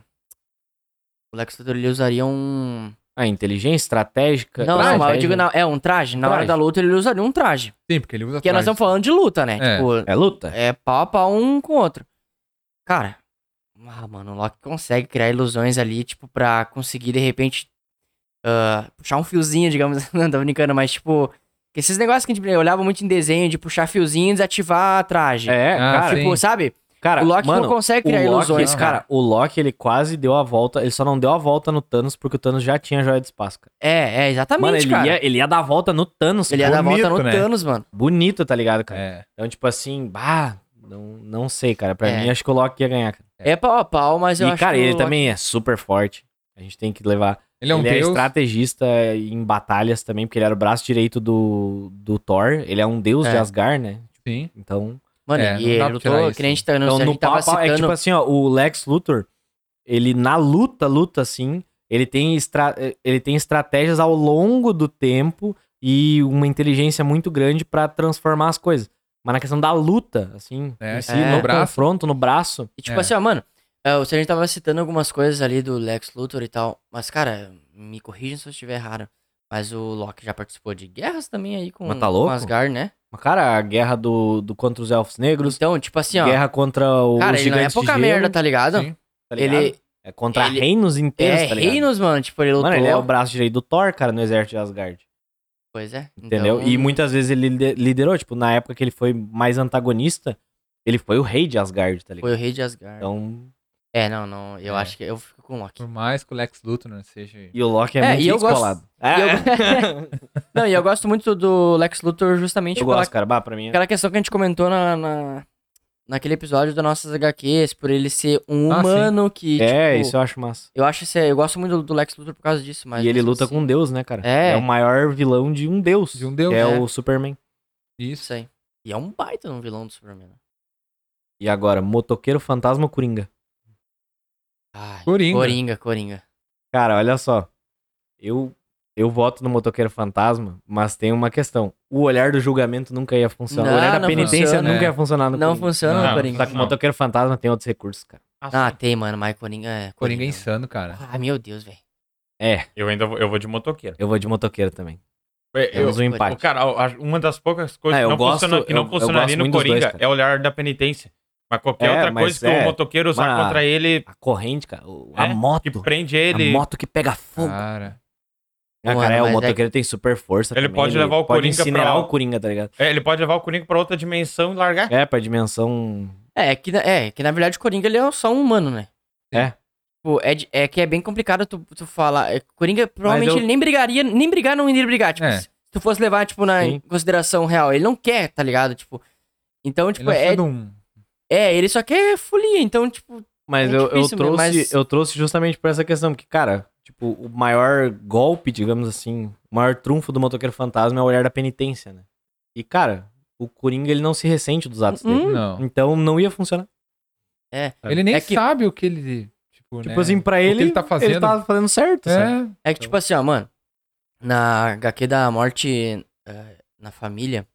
O Lex Luthor, ele usaria um... A inteligência estratégica. Não, não, estratégia. mas eu digo, não, é um traje. Na hora Traje. da luta, ele usaria um traje. Sim, porque ele usa Porque nós traje. estamos falando de luta, né? É. Tipo, É luta? é pau a pau um com o outro. Cara, ah, mano, o Loki consegue criar ilusões ali, tipo, pra conseguir, de repente, ah, puxar um fiozinho, digamos, não tô brincando, mas, tipo, que esses negócios que a gente olhava muito em desenho, de puxar fiozinho e desativar traje. É, Ah, cara. Tipo, sim. sabe? Cara, o Loki mano, não consegue criar o Loki, ilusões, cara. cara. O Loki, ele quase deu a volta. Ele só não deu a volta no Thanos porque o Thanos já tinha joia de espaço, cara. É, é, exatamente, Mano, ele cara. ia, ele ia dar a volta no Thanos. Ele ia dar a volta no bonito, né? Thanos, mano. Bonito, tá ligado, cara? É. Então, tipo assim, bah, não, não sei, cara. Pra É. mim, acho que o Loki ia ganhar, cara. É pau a pau, mas eu E, acho cara, que o ele Loki- também é super forte. A gente tem que levar. Ele é um ele é deus. estrategista em batalhas também, porque ele era o braço direito do, do Thor. Ele é um deus É. de Asgard, né? Sim. Então. Mano, É, e não dá ele pra lutou, tirar isso. que nem a gente, tá- Então, a no gente tava pau a pau, citando... é tipo assim, ó, o Lex Luthor, ele na luta, luta assim, ele tem, estra... ele tem estratégias ao longo do tempo e uma inteligência muito grande pra transformar as coisas. Mas na questão da luta, assim, É, em si, é. no No braço. confronto, no braço. E tipo É. assim, ó, mano, é, o Sérgio tava citando algumas coisas ali do Lex Luthor e tal, mas, cara, me corrijam se eu estiver errado, mas o Loki já participou de guerras também aí com, Mas tá com louco? Asgard, né? Mas, cara, a guerra do, do contra os Elfos Negros, Então, tipo assim, ó, guerra contra os cara, ele não é gigantes pouca de gelo, merda, tá ligado? Sim. tá ligado? Ele É contra ele- reinos inteiros, é tá ligado? reinos, mano, tipo, ele lutou. Mano, ele é o braço direito do Thor, cara, no exército de Asgard. Pois é. Entendeu? Então, E muitas vezes ele lide- liderou, tipo, na época que ele foi mais antagonista, ele foi o rei de Asgard, tá ligado? foi o rei de Asgard. Então, É, não, não, eu É. acho que eu fico com o Loki. Por mais que o Lex Luthor não seja... e o Loki é, É, muito e eu gosto- descolado. E É, eu- Não, e eu gosto muito do Lex Luthor justamente eu pela gosto, cara. Bah, pra mim é... aquela questão que a gente comentou na, na- naquele episódio das nossas H Qs, por ele ser um Ah, sim. humano que, É, tipo, isso eu acho massa. eu acho isso, é- eu gosto muito do, do Lex Luthor por causa disso, mas e ele mesmo luta assim, com Deus, né, cara? É. É o maior vilão de um deus. De um deus, Que é, é. o Superman. Isso. isso aí. E é um baita um vilão do Superman. né? E agora, motoqueiro, fantasma ou coringa? Ai, Coringa. Coringa, Coringa. Cara, olha só. Eu, eu voto no motoqueiro fantasma, mas tem uma questão. O olhar do julgamento nunca ia funcionar. Não, o olhar da não penitência funciona. nunca É. ia funcionar no Não Coringa. funciona Não, no Coringa. Só que o Não. motoqueiro fantasma tem outros recursos, cara. Ah, tem, mano, mas Coringa é... Coringa é mano. insano, cara. Ah, meu Deus, velho. É, Eu ainda vou, eu vou de motoqueiro. eu vou de motoqueiro também. Eu, Temos um empate. o cara, a- uma das poucas coisas Ah, que eu não, gosto- funciona, que eu- não eu funcionaria gosto no muito dos dois, Coringa cara. é o olhar da penitência. Mas qualquer É, outra mas coisa que é. o motoqueiro usar Mano, contra ele, A corrente, cara. o- A é, moto. que prende A ele, moto que pega fogo. Cara. Ah, Mano, cara, é, o mas é motoqueiro tem super força Ele também. pode levar o pode Coringa incinerar pra- o Coringa, tá ligado? é, ele pode levar o Coringa pra outra dimensão e largar. É, pra dimensão... É, é que, na- é, que na verdade o Coringa ele é só um humano, né? É. Tipo, é, de- é que é bem complicado tu, tu falar. É, Coringa, provavelmente eu- ele nem brigaria, nem brigar não iria brigar. Tipo, É. se tu fosse levar, tipo, na Sim. em consideração real. Ele não quer, tá ligado? Tipo. Então, tipo, Ele é, é, filho de um... é, ele só quer folia. Então, tipo. Mas É eu, eu, difícil mesmo, trouxe, mas- eu trouxe justamente por essa questão, porque, cara, tipo, o maior golpe, digamos assim, o maior trunfo do motoqueiro fantasma é o olhar da penitência, né? E, cara, o Coringa, ele não se ressente dos atos dele. Hum, Não. Então, não ia funcionar. Ele nem É que- sabe o que ele... Tipo, Tipo né? assim, pra o que ele, ele tá fazendo. ele tá fazendo certo, sabe? É. É que, tipo assim, ó, mano. Na H Q da morte eh, na família.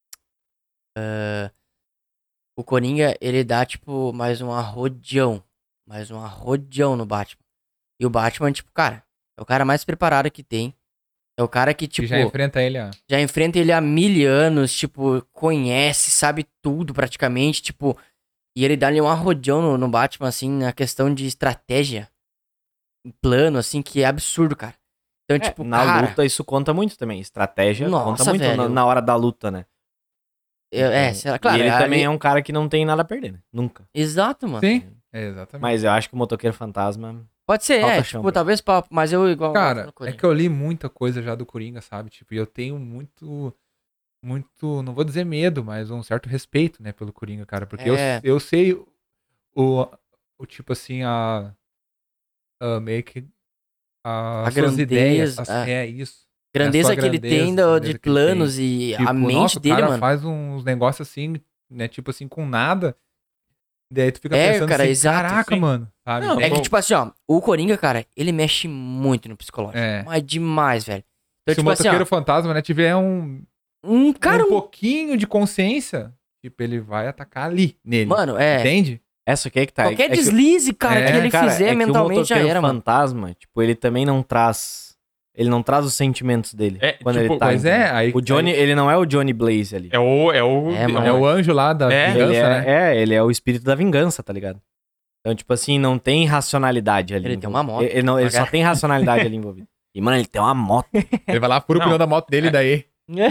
eh, o Coringa, ele dá, tipo, mais um arrodeão. Mais um arrodeão no Batman. E o Batman, tipo, cara, é o cara mais preparado que tem. É o cara que, Que tipo, já enfrenta ele, ó. já enfrenta ele há mil anos, tipo, conhece, sabe tudo praticamente, tipo. E ele dá ali um arrodeão no, no Batman, assim, na questão de estratégia. Plano, assim, que é absurdo, cara. Então, É, tipo, na cara. luta, isso conta muito também. Estratégia Nossa, conta muito velho. na, na hora da luta, né? eu- é, Então, sei lá, claro. e ele ali- também é um cara que não tem nada a perder, né? Nunca. Exato, mano. Sim. É, exatamente. Mas eu acho que o motoqueiro fantasma... Pode ser, Falta é, chão tipo, pra talvez papo, mas eu igual. Cara, gosto do é Coringa. que eu li muita coisa já do Coringa, sabe? Tipo, e eu tenho muito, muito, não vou dizer medo, mas um certo respeito, né, pelo Coringa, cara. Porque eu, É. eu sei o, o tipo assim, a, a meio que a, A suas ideias. grandeza, as- é. é isso. grandeza sua que ele grandeza, tem do- grandeza de que ele planos e Tipo, a mente nossa, dele, o cara mano. faz uns negócios assim, né, tipo assim, com nada. Daí tu fica É, pensando cara, assim, exato, caraca, sim. mano. Sabe? Não, é que, Então, tipo assim, ó, o Coringa, cara, ele mexe muito no psicológico. É. Mas demais, velho. Então, se o tipo assim, ó, motoqueiro fantasma, né, tiver um, um cara, um um- pouquinho de consciência, tipo, ele vai atacar ali, nele. mano, é. Entende? Essa aqui é que tá... Qualquer é que- deslize, cara, É, que ele Cara, fizer é que o mentalmente já motoqueiro era, mano. fantasma, tipo, ele também não traz... Ele não traz os sentimentos dele. É, quando tipo, ele tá, Pois é, entendeu? aí... O Johnny, aí- ele não é o Johnny Blaze ali. É o. É o. É, mano. é o anjo lá da É, vingança, ele é, né? é, ele é o espírito da vingança, tá ligado? Então, tipo assim, não tem racionalidade ali. Ele tem envolvida. uma moto. Ele, ele não, ele só Pagar. tem racionalidade ali envolvida. E, mano, ele tem uma moto. Ele vai lá, fura o Não. pneu da moto dele, daí...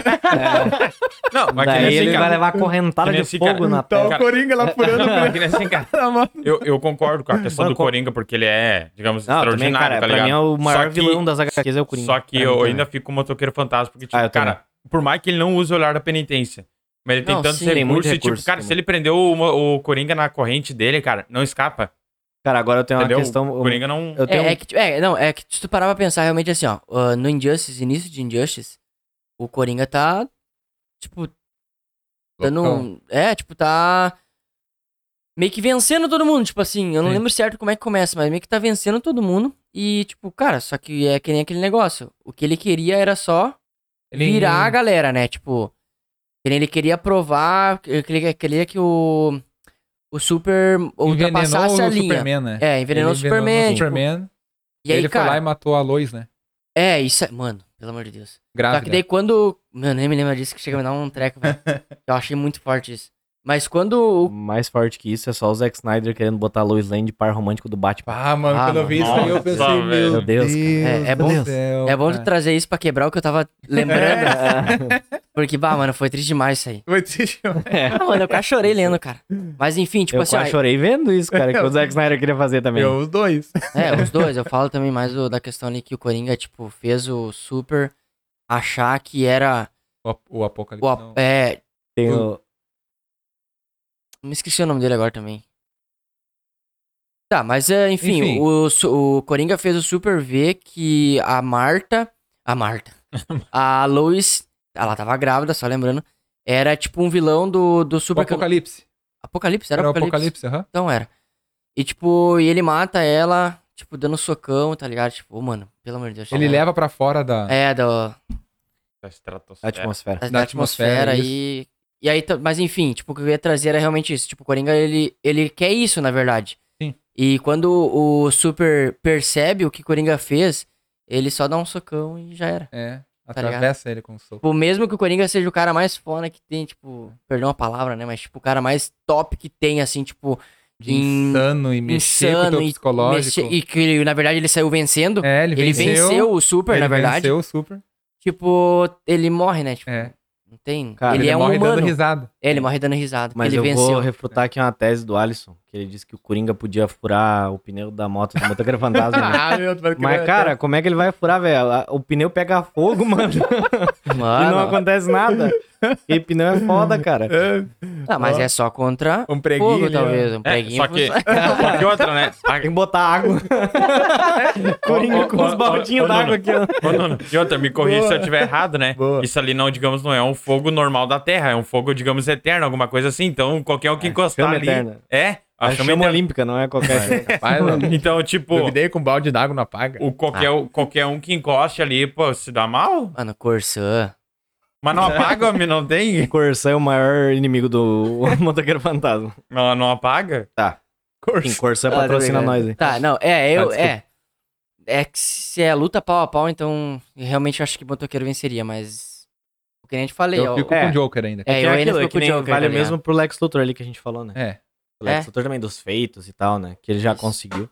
Não, mas que nem Daí assim, ele cara. vai levar correntada Que nem de assim, fogo cara. na Tá testa. o Coringa lá furando o pneu Que nem assim, cara. da moto. Eu, eu concordo com a questão Mano, do co- Coringa, porque ele é, digamos, Não, também, extraordinário, cara, tá pra ligado? mim é o maior Só que- vilão das H Qs é o Coringa. Só que Pra mim eu também. ainda fico com o motoqueiro fantasma, porque, tipo, Ah, eu cara, por mais que ele não use o olhar da penitência, mas ele tem Não, tantos sim, tem muito recursos, e, tipo, recurso cara, também. se ele prendeu o, o Coringa na corrente dele, cara, não escapa, Cara, agora eu tenho entendeu? uma questão... O Coringa não... Eu tenho É, é que, é, não, é que se tu parar pra pensar realmente assim, ó, uh, no Injustice, início de Injustice, o Coringa tá, tipo, dando Loucão. um, é, tipo, tá meio que vencendo todo mundo, tipo assim, eu não Sim. lembro certo como é que começa, mas meio que tá vencendo todo mundo e, tipo, cara, só que é que nem aquele negócio, o que ele queria era só Ele- virar a galera, né? Tipo, ele ele queria provar, ele queria, queria que o, o Super ultrapassasse envenenou a o linha. Superman, né? É, envenenou Ele o Superman. o tipo, Superman. e aí, ele cara, foi lá e matou a Lois, né? é, isso é... Mano, pelo amor de Deus. Só Grávida. que daí quando... Mano, nem me lembro disso, que chega a me dar um treco, velho. Eu achei muito forte isso. Mas quando... o- Mais forte que isso é só o Zack Snyder querendo botar a Lois Lane de par romântico do Batman. Ah, mano, Ah, quando eu mano. vi isso aí, eu Nossa, pensei, velho. meu Meu Deus, Deus, cara. É- é do bom- céu, É bom tu cara. trazer isso pra quebrar o que eu tava lembrando. Porque, bah, mano, foi triste demais isso aí. Foi triste. Ah, mano, eu quase chorei lendo, cara. Mas enfim, tipo eu assim, quase ó, chorei vendo isso, cara, que o Zack Snyder queria fazer também. Eu, os dois. é, os dois, eu falo também mais do- da questão ali que o Coringa, tipo, fez o Super achar que era O, ap- o Apocalipse. o, ap- não. é, Tem o- me esqueci o nome dele agora também. Tá, mas é, enfim, Enfim. O, su- o Coringa fez o Super ver que a Marta, a Marta, a Lois, ela tava grávida, só lembrando, era tipo um vilão do, do O Super... Apocalipse. Apocalipse, era, Era o Apocalipse. Apocalipse, aham. Então era. E tipo, e ele mata ela, tipo, dando socão, tá ligado? Tipo, ô, mano, pelo amor de Deus. Ele é, leva pra fora da... É, do, Da a estratosfera. atmosfera. da, Da da atmosfera, atmosfera, e... E aí, tá- mas enfim, tipo, o que eu ia trazer era realmente isso. Tipo, o Coringa, ele, ele quer isso, na verdade. Sim. E quando o Super percebe o que o Coringa fez, ele só dá um socão e já era. É, Tá ligado? atravessa ele com o soco. Tipo, mesmo que o Coringa seja o cara mais foda que tem, tipo, perdão a palavra, né? Mas, tipo, o cara mais top que tem, assim, tipo, De em- insano e mexer com o teu insano e, psicológico. mexer- e que, na verdade, ele saiu vencendo. É, ele Ele venceu. venceu o Super, ele na verdade. venceu o Super. Tipo, ele morre, né? Tipo, É. não tem. Cara, ele, ele é um morre humano. dando risada. É, ele morre dando risada. Mas ele eu venceu. vou refutar aqui uma tese do Alisson, que ele disse que o Coringa podia furar o pneu da moto do motoqueiro fantasma. né? Ah, meu Deus, Mas, cara, como é que ele vai furar, velho? A- O pneu pega fogo, mano. E não Mano. acontece nada. E pneu é foda, cara. Ah, mas é só contra Um preguinho. fogo, ali, talvez. ó. Um É, preguinho. só que, funciona. só que outra, né? A- Tem que botar água. Coringa com Ô, ô, os ô, baldinhos ô, d'água Nuno. aqui, ó. Ô, Nuno, e outra, me corrija se eu estiver errado, né? Boa. Isso ali não, digamos, não é um fogo normal da Terra, é um fogo, digamos, eterno, alguma coisa assim. Então, qualquer um que encostar chama ali... eterna. É, A a chama chama eterna. olímpica, não é qualquer chama. Vai, mano. Então, tipo, Duvidei com um balde d'água não apaga. o qualquer, qualquer um que encoste ali, pô, se dá mal. Mano, Corsã. Mas não apaga, homem, não tem? O Corsã é o maior inimigo do motoqueiro fantasma. Não, não apaga? Tá. Sim, Corsã Ah, tô patrocina brincando. nós aí. Tá, não, é, eu, Ah, é. É que se é luta pau a pau, então realmente eu acho que o motoqueiro venceria, mas. O que nem a gente falei, Eu ó. fico é. com o Joker ainda. É, Que eu é ainda aquilo, fico é que com o nem Joker, vale tá ligado? mesmo pro Lex Luthor ali que a gente falou, né? É. O Lex É. Luthor também, dos feitos e tal, né? Que ele já Isso. conseguiu.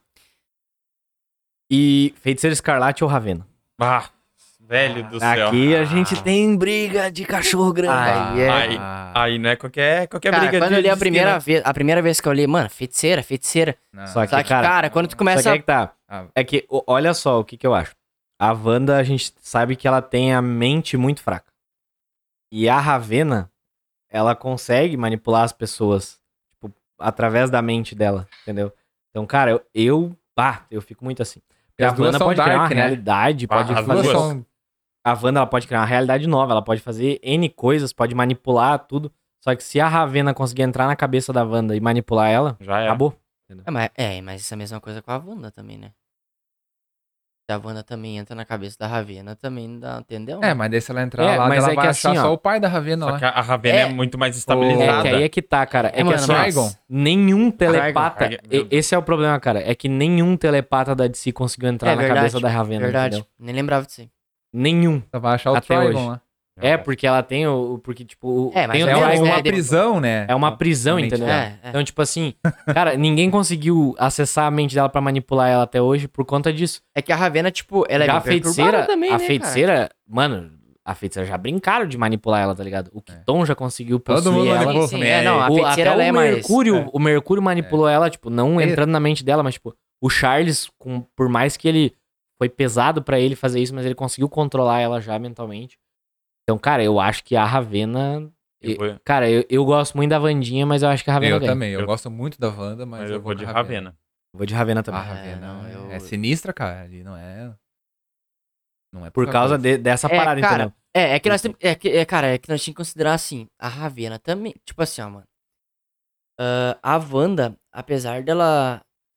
E Feiticeiro Escarlate ou Ravena? Ah, velho do céu. Aqui a gente tem briga de cachorro grande. Ai, é. Aí, aí não é qualquer, qualquer Cara, briga quando de eu li a de primeira esquina. vez, a primeira vez que eu li, mano, feiticeira, feiticeira. Não. Só que, Só que, cara, cara, quando tu Só começa que é que tá. Ah, É que, o- olha só o que que eu acho. A Wanda, a gente sabe que ela tem a mente muito fraca. E a Ravena, ela consegue manipular as pessoas, tipo, através da mente dela, entendeu? Então, cara, eu, eu, pá, eu fico muito assim. Porque as a duas Wanda são pode criar dark, uma né? realidade, Ah, pode as as duas fazer... duas. são... A Wanda, ela pode criar uma realidade nova, ela pode fazer N coisas, pode manipular tudo. Só que se a Ravena conseguir entrar na cabeça da Wanda e manipular ela, Já é. acabou. É mas, é, mas isso é a mesma coisa com a Wanda também, né? Se a Wanda também entra na cabeça da Ravena, também não dá, entendeu? É, mas daí se ela entrar É, lá, mas ela é vai que achar assim, ó, só o pai da Ravena Só lá. que a a Ravena é, É. muito mais É estabilizada. que aí é que tá, cara. É, É, que mano, assim, ó, Trigon. nenhum telepata. Trigon. e- Esse é o problema, cara. É que nenhum telepata da D C conseguiu entrar É na verdade, cabeça da Ravena. Verdade, Entendeu? nem lembrava disso aí. Nenhum. Ela vai achar o Até Trigon hoje. lá. É, porque ela tem o. o- Porque, tipo. o- É, mas tem o é É uma- uma, telepata- uma é de- prisão, né? É uma prisão, Realmente, entendeu? É, é. Então, tipo assim, cara, ninguém conseguiu acessar a mente dela pra manipular ela até hoje por conta disso. É que a Ravena, tipo, ela já é a bem feiticeira, perturbada também, a né, cara? feiticeira, mano, a feiticeira já brincaram de manipular ela, tá ligado? O Kiton já conseguiu Todo possuir mundo ela. manipulou Sim, sim, também. é, não, a O- feiticeira até ela é o mais... Mercúrio, é. o Mercúrio manipulou ela, tipo, não É. entrando na mente dela, mas tipo, o Charles, com, por mais que ele foi pesado pra ele fazer isso, mas ele conseguiu controlar ela já mentalmente. Então, cara, eu acho que a Ravena, Eu vou- cara, eu, eu gosto muito da Vandinha, mas eu acho que a Ravena Eu ganha. também. Eu Eu- gosto muito da Wanda, mas, Mas eu vou de Ravena. Eu vou de Ravena também. Ah, Ravena não, é- eu- é sinistra, cara. Ali não é... Não é Por pouca causa coisa. de- dessa É, parada, cara, entendeu? É, é que nós temos. É, que- é, cara, é que nós tínhamos que considerar assim, a Ravena também. Tipo assim, ó, mano. Ah, a Wanda, apesar dela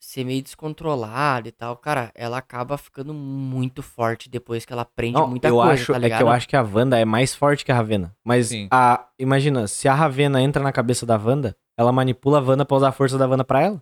ser meio descontrolada e tal, cara, ela acaba ficando muito forte depois que ela aprende Não, muita eu coisa, acho, tá é ligado? que eu acho que a Wanda é mais forte que a Ravena. Mas Sim. a, imagina, se a Ravena entra na cabeça da Wanda, ela manipula a Wanda pra usar a força da Wanda pra ela.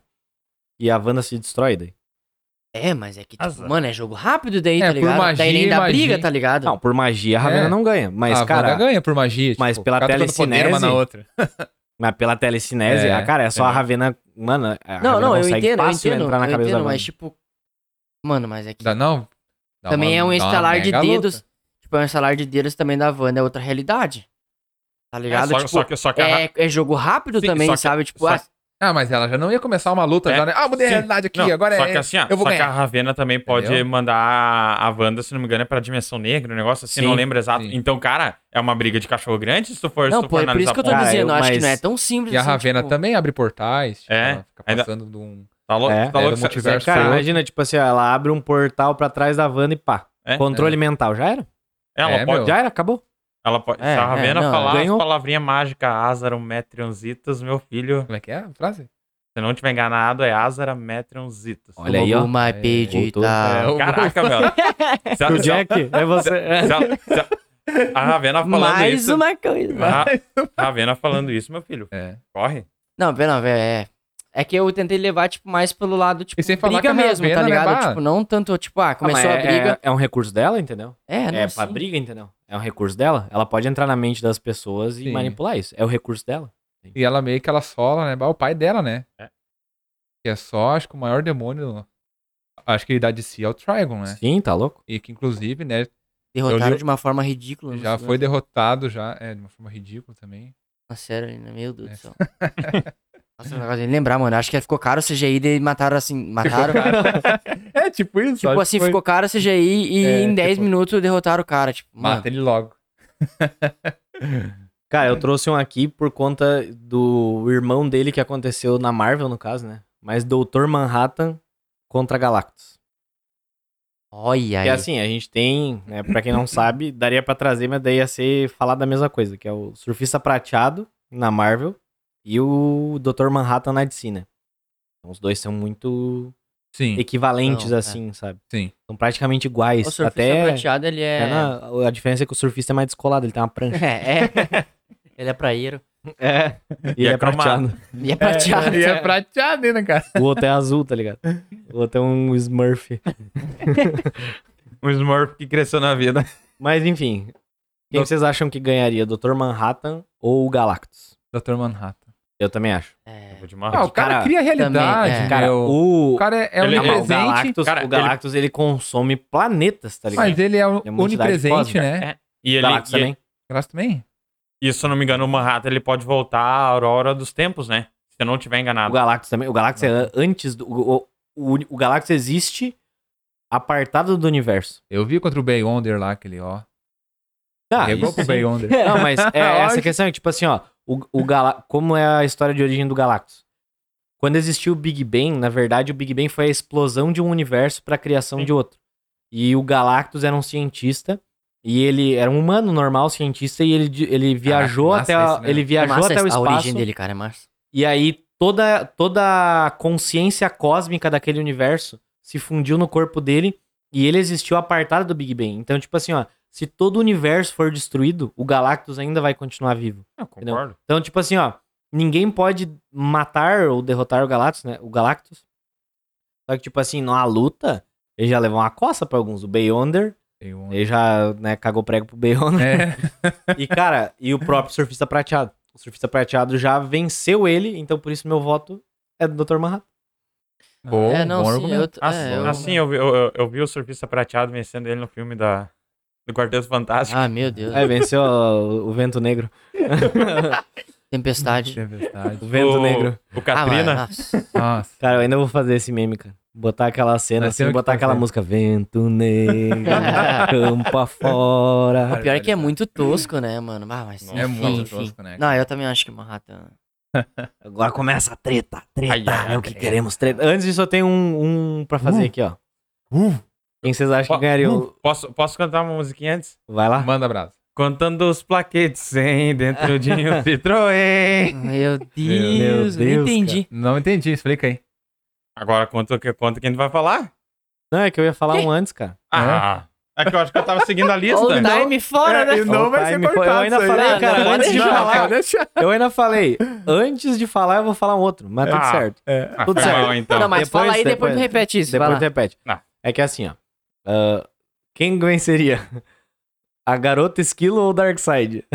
E a Wanda se destrói daí. É, mas é que, tipo, Azar. mano, é jogo rápido daí, É, tá por ligado? magia, daí nem dá magia. briga, tá ligado? Não, por magia a Ravena É. não ganha. Mas, a cara, Wanda ganha por magia. mas tipo, pela cada trocando poder uma telecinese- na outra. mas pela telecinese, É, ah, cara, é só a entendeu? Ravena. Mano, a não, Ravena não, eu consegue entendo, eu fácil entendo, entrar na eu cabeça entendo, da Wanda. mas, tipo, mano, mas é que Dá, não. Dá também uma- é um dá uma estalar de mega luta. dedos, tipo, é um estalar de dedos também da Wanda, é outra realidade, tá É, ligado? só, tipo, só que, só que a é, é jogo rápido Sim, também, só que- sabe? Tipo, só- ah, Ah, mas ela já não ia começar uma luta É, já, né? Ah, mudei a sim. realidade aqui, Não, agora só é. que assim, ó, eu vou só que ganhar. a Ravena também pode Entendeu? mandar a, a Wanda, se não me engano, é pra dimensão negra, um negócio assim, Sim. não lembro exato. Sim. Então, cara, é uma briga de cachorro grande se tu for, se não, tu pô, for é por isso analisar que eu tô a fundo. Cara, dizendo, eu- eu acho que mas- não é tão simples E a assim, Ravena tipo, também abre portais. tipo, É, ela fica ainda- passando de um. Tá louco, É, tá é, louco. do se- multiverso. se- Cara, Foi outro. imagina, tipo assim, ó, ela abre um portal pra trás da Wanda e pá. É? Controle É. mental, já era? Ela É, pode, meu. Já era, acabou. ela pode, É, se a Ravena é, não, falar ganhou. as palavrinhas mágicas Azara, Metrionzitas, meu filho, Como é que é a frase? se não tiver enganado, é Azara, Metrionzitas. Olha aí, ó. Uma É, page voltou. tá... É, o- Caraca, velho. Se a- O se a- Jack, é você. se a- se a- a Ravena falando Mais isso. uma coisa. A a Ravena falando isso, meu filho. É. Corre. Não, pera, não, é. É que eu tentei levar, tipo, mais pelo lado, tipo, E sem falar briga que a mesmo, tá Ravena, né, ligado? bah? Tipo, não tanto, tipo, ah, começou Ah, a mas é- briga. É, é um recurso dela, entendeu? É, não, É pra sim. briga, entendeu? É um recurso dela. Ela pode entrar na mente das pessoas e Sim. manipular isso. É o recurso dela. E ela meio que ela sola, né? bah, O pai dela, né? É. Que é só, acho que o maior demônio. Acho que ele dá de si é o Trigon, né? Sim, tá louco? E que inclusive, né? Derrotaram eu li- de uma forma ridícula. no Já segundo foi filme. derrotado, já. É, de uma forma ridícula também. Nossa, sério, né? Meu Deus É. do céu. Nossa, um negócio de lembrar, mano. Acho que ficou caro o C G I e mataram assim. Mataram. é, tipo isso. Tipo assim, ficou caro o C G I e É, em dez tipo- minutos derrotaram o cara. Tipo, mano. Mata ele logo. Cara, eu trouxe um aqui por conta do irmão dele que aconteceu na Marvel, no caso, né? Mas doutor Manhattan contra Galactus. Olha aí. Que assim, a gente tem, né, pra quem não sabe, daria pra trazer, mas daí ia ser falar da mesma coisa, que é o Surfista Prateado na Marvel e o doutor Manhattan na D C, né? Então, os dois são muito Sim, equivalentes, Não, é. assim, sabe? sim. São praticamente iguais. O surfista Até, prateado, ele é. até na- a diferença é que o surfista é mais descolado, ele tem uma prancha. É, é. Ele é praieiro. É. E, E ele é é prateado. E é prateado. E é prateado ainda, cara. O outro é azul, tá ligado? O outro é um Smurf. Um Smurf que cresceu na vida. Mas enfim, quem Doutor- vocês acham que ganharia? doutor Manhattan ou o Galactus? doutor Manhattan. Eu também acho. É. Vou de Ah, Marvel. o cara, cara, cria a realidade, também, é. Cara, meu. o... O cara é, é Ele- Ah, mas o onipresente, Galactus, Cara, o Galactus ele... consome planetas, tá ligado? mas ele é o É uma entidade onipresente, cósmica. né? É. E O ele, Galactus e, também. Graças também. e se eu não me engano, o Manhattan ele pode voltar à aurora dos tempos, né? Se eu não estiver O enganado. Galactus também. O Galactus é antes do... O, o, o Galactus existe apartado do universo. Eu vi contra o Beyonder lá, aquele, ó. Tá, Pegou isso pro sim. Beyonder. Não, mas é essa Lógico. questão, é tipo assim, ó, o, o Gala... como é a história de origem do Galactus? Quando existiu o Big Bang, na verdade, o Big Bang foi a explosão de um universo para a criação Sim. de outro. E o Galactus era um cientista, e ele era um humano normal, cientista, e ele, ele viajou massa até, a- isso, né? ele É viajou massa até o a espaço. origem dele, cara, é massa. E aí toda, toda a consciência cósmica daquele universo se fundiu no corpo dele e ele existiu apartado do Big Bang. Então, tipo assim, ó, se todo o universo for destruído, o Galactus ainda vai continuar vivo. Eu concordo. Então, tipo assim, ó, ninguém pode matar ou derrotar o Galactus, né? O Galactus. Só que, tipo assim, numa luta, ele já levou uma coça pra alguns. O Beyonder, Beyonder. ele já, né, cagou prego pro Beyonder. É. E, cara, e o próprio Surfista Prateado. O Surfista Prateado já venceu ele, então por isso meu voto é do doutor Manhattan. Bom, é, não, bom sim, argumento. eu, Assim, é, eu- assim eu, vi- eu, eu, eu vi o Surfista Prateado vencendo ele no filme da, do Quarteto Fantástico. Ah, meu Deus. Aí venceu o, o Vento Negro. Tempestade. Tempestade. O Vento o, Negro. O Ah, Katrina. mas, nossa. Nossa. Cara, eu ainda vou fazer esse meme, cara. Botar aquela cena Nós assim, temos que botar aquela fazer. música Vento Negro, campo afora. O pior é que é muito tosco, né, mano? Ah, mas Nossa, É enfim, muito enfim. tosco, né? Não, eu também acho que Manhattan... Agora começa a treta, treta, Ai, ai, é o que ai. queremos, treta. Antes disso eu tenho um, um pra fazer Uh. aqui, ó. Quem vocês acham Po- que ganharia? o- Posso, posso cantar uma musiquinha antes? Vai lá. Manda abraço. Contando os plaquetes, hein, dentro de um Citroën. Meu Deus, Meu eu nem Deus, entendi. Não entendi, explica aí. Agora conta, conta quem tu vai falar. Não, é que eu ia falar Quê? um antes, cara. Ah, é que eu acho que eu tava seguindo a lista. O time fora, né? E não vai ser time foi- cortado eu ainda isso aí. falei, Não, cara, não pode antes de deixar, falar. pode deixar. Eu ainda falei, antes de falar eu vou falar um outro, mas tudo Ah. certo. É. Ah, Tudo foi certo. mal, então. Não, mas Depois- fala aí, depois, depois- tu repete isso. vai Depois lá. tu repete. Ah. É que é assim, ó. ah, quem venceria? A garota Esquilo ou o Darkseid?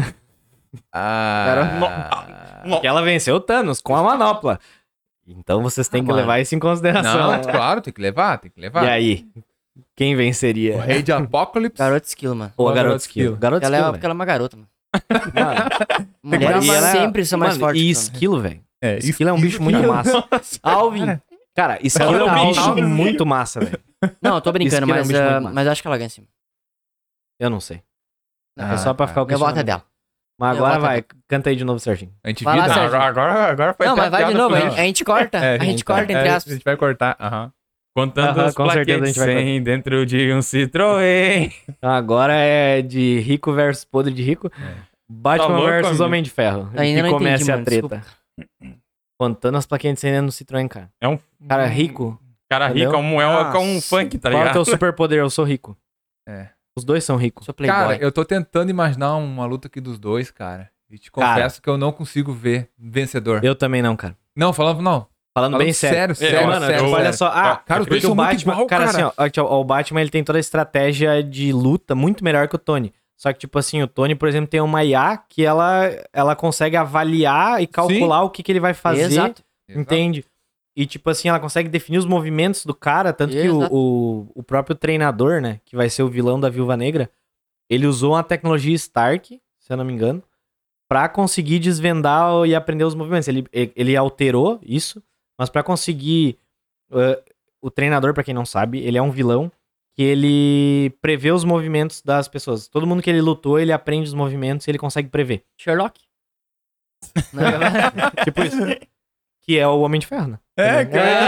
Ah. No- Que ela venceu o Thanos com a manopla. Então vocês têm Ah, que mano. levar isso em consideração. Não, claro, tem que levar, tem que levar. E aí? Quem venceria? O rei de Apocalipse. Garoto Skill, mano. Ou a Ou a garota garota Esquilo? Esquilo? Garota Ela é, Esquilo, porque ela é uma garota, mano. velho. Mulheres E ela é- sempre são mais Mano, fortes. E que Esquilo, velho. É, Esquilo é um bicho muito massa. Alvin. Cara, Esquilo é um Alvin. bicho muito massa, velho. Não, eu tô brincando, Esquilo é um mas, bicho muito ah, massa. mas eu acho que ela ganha em cima. Eu não sei. Não, É só pra ficar o eu voto é questionamento. dela. Mas Eu agora voto vai, canta aí de novo, Serginho. A gente Vai lá, vira. Sérgio. Agora, agora, agora foi Não, até mas vai de piada novo, a com gente, a gente corta. É, a gente corta, entre É, aspas. A gente vai cortar. Aham. Contando Aham, os com certeza a plaquetes gente vai cem dentro de um Citroën. Então agora é de rico versus podre de rico. Batman Tá louco, versus amigo? Homem de Ferro. Ainda que não comece entendi, a mano, treta. Contando as plaquinhas de cem no Citroën, cara. É um Cara rico. cara rico, é Entendeu? um, é um, é um Nossa. funk, tá Qual é o ligado? teu superpoder? Eu sou rico. É. Os dois são ricos. Sou playboy. Cara, eu tô tentando imaginar uma luta aqui dos dois, cara. E te Cara. confesso que eu não consigo ver vencedor. Eu também não, cara. Não, falando, não. Falando, Falando bem sério. sério, sério, É, Mano, sério, tipo, eu- olha sério. só. Ah, Cara, os porque dois são o muito Batman, igual, cara, cara. assim, ó, ó, ó, o Batman ele tem toda a estratégia de luta muito melhor que o Tony. Só que, tipo assim, o Tony, por exemplo, tem uma I A que ela, ela consegue avaliar e calcular o que, que ele vai fazer. Exato. Entende? E, tipo assim, ela consegue definir os movimentos do cara, tanto que o, Exato. o, o próprio treinador, né, que vai ser o vilão da Viúva Negra, ele usou uma tecnologia Stark, se eu não me engano, pra conseguir desvendar e aprender os movimentos. Ele, ele alterou isso, mas pra conseguir... uh, o treinador, pra quem não sabe, ele é um vilão que ele prevê os movimentos das pessoas. Todo mundo que ele lutou, ele aprende os movimentos e ele consegue prever. Sherlock. Não é verdade? Tipo isso. Que é o Homem de Ferro, né? É,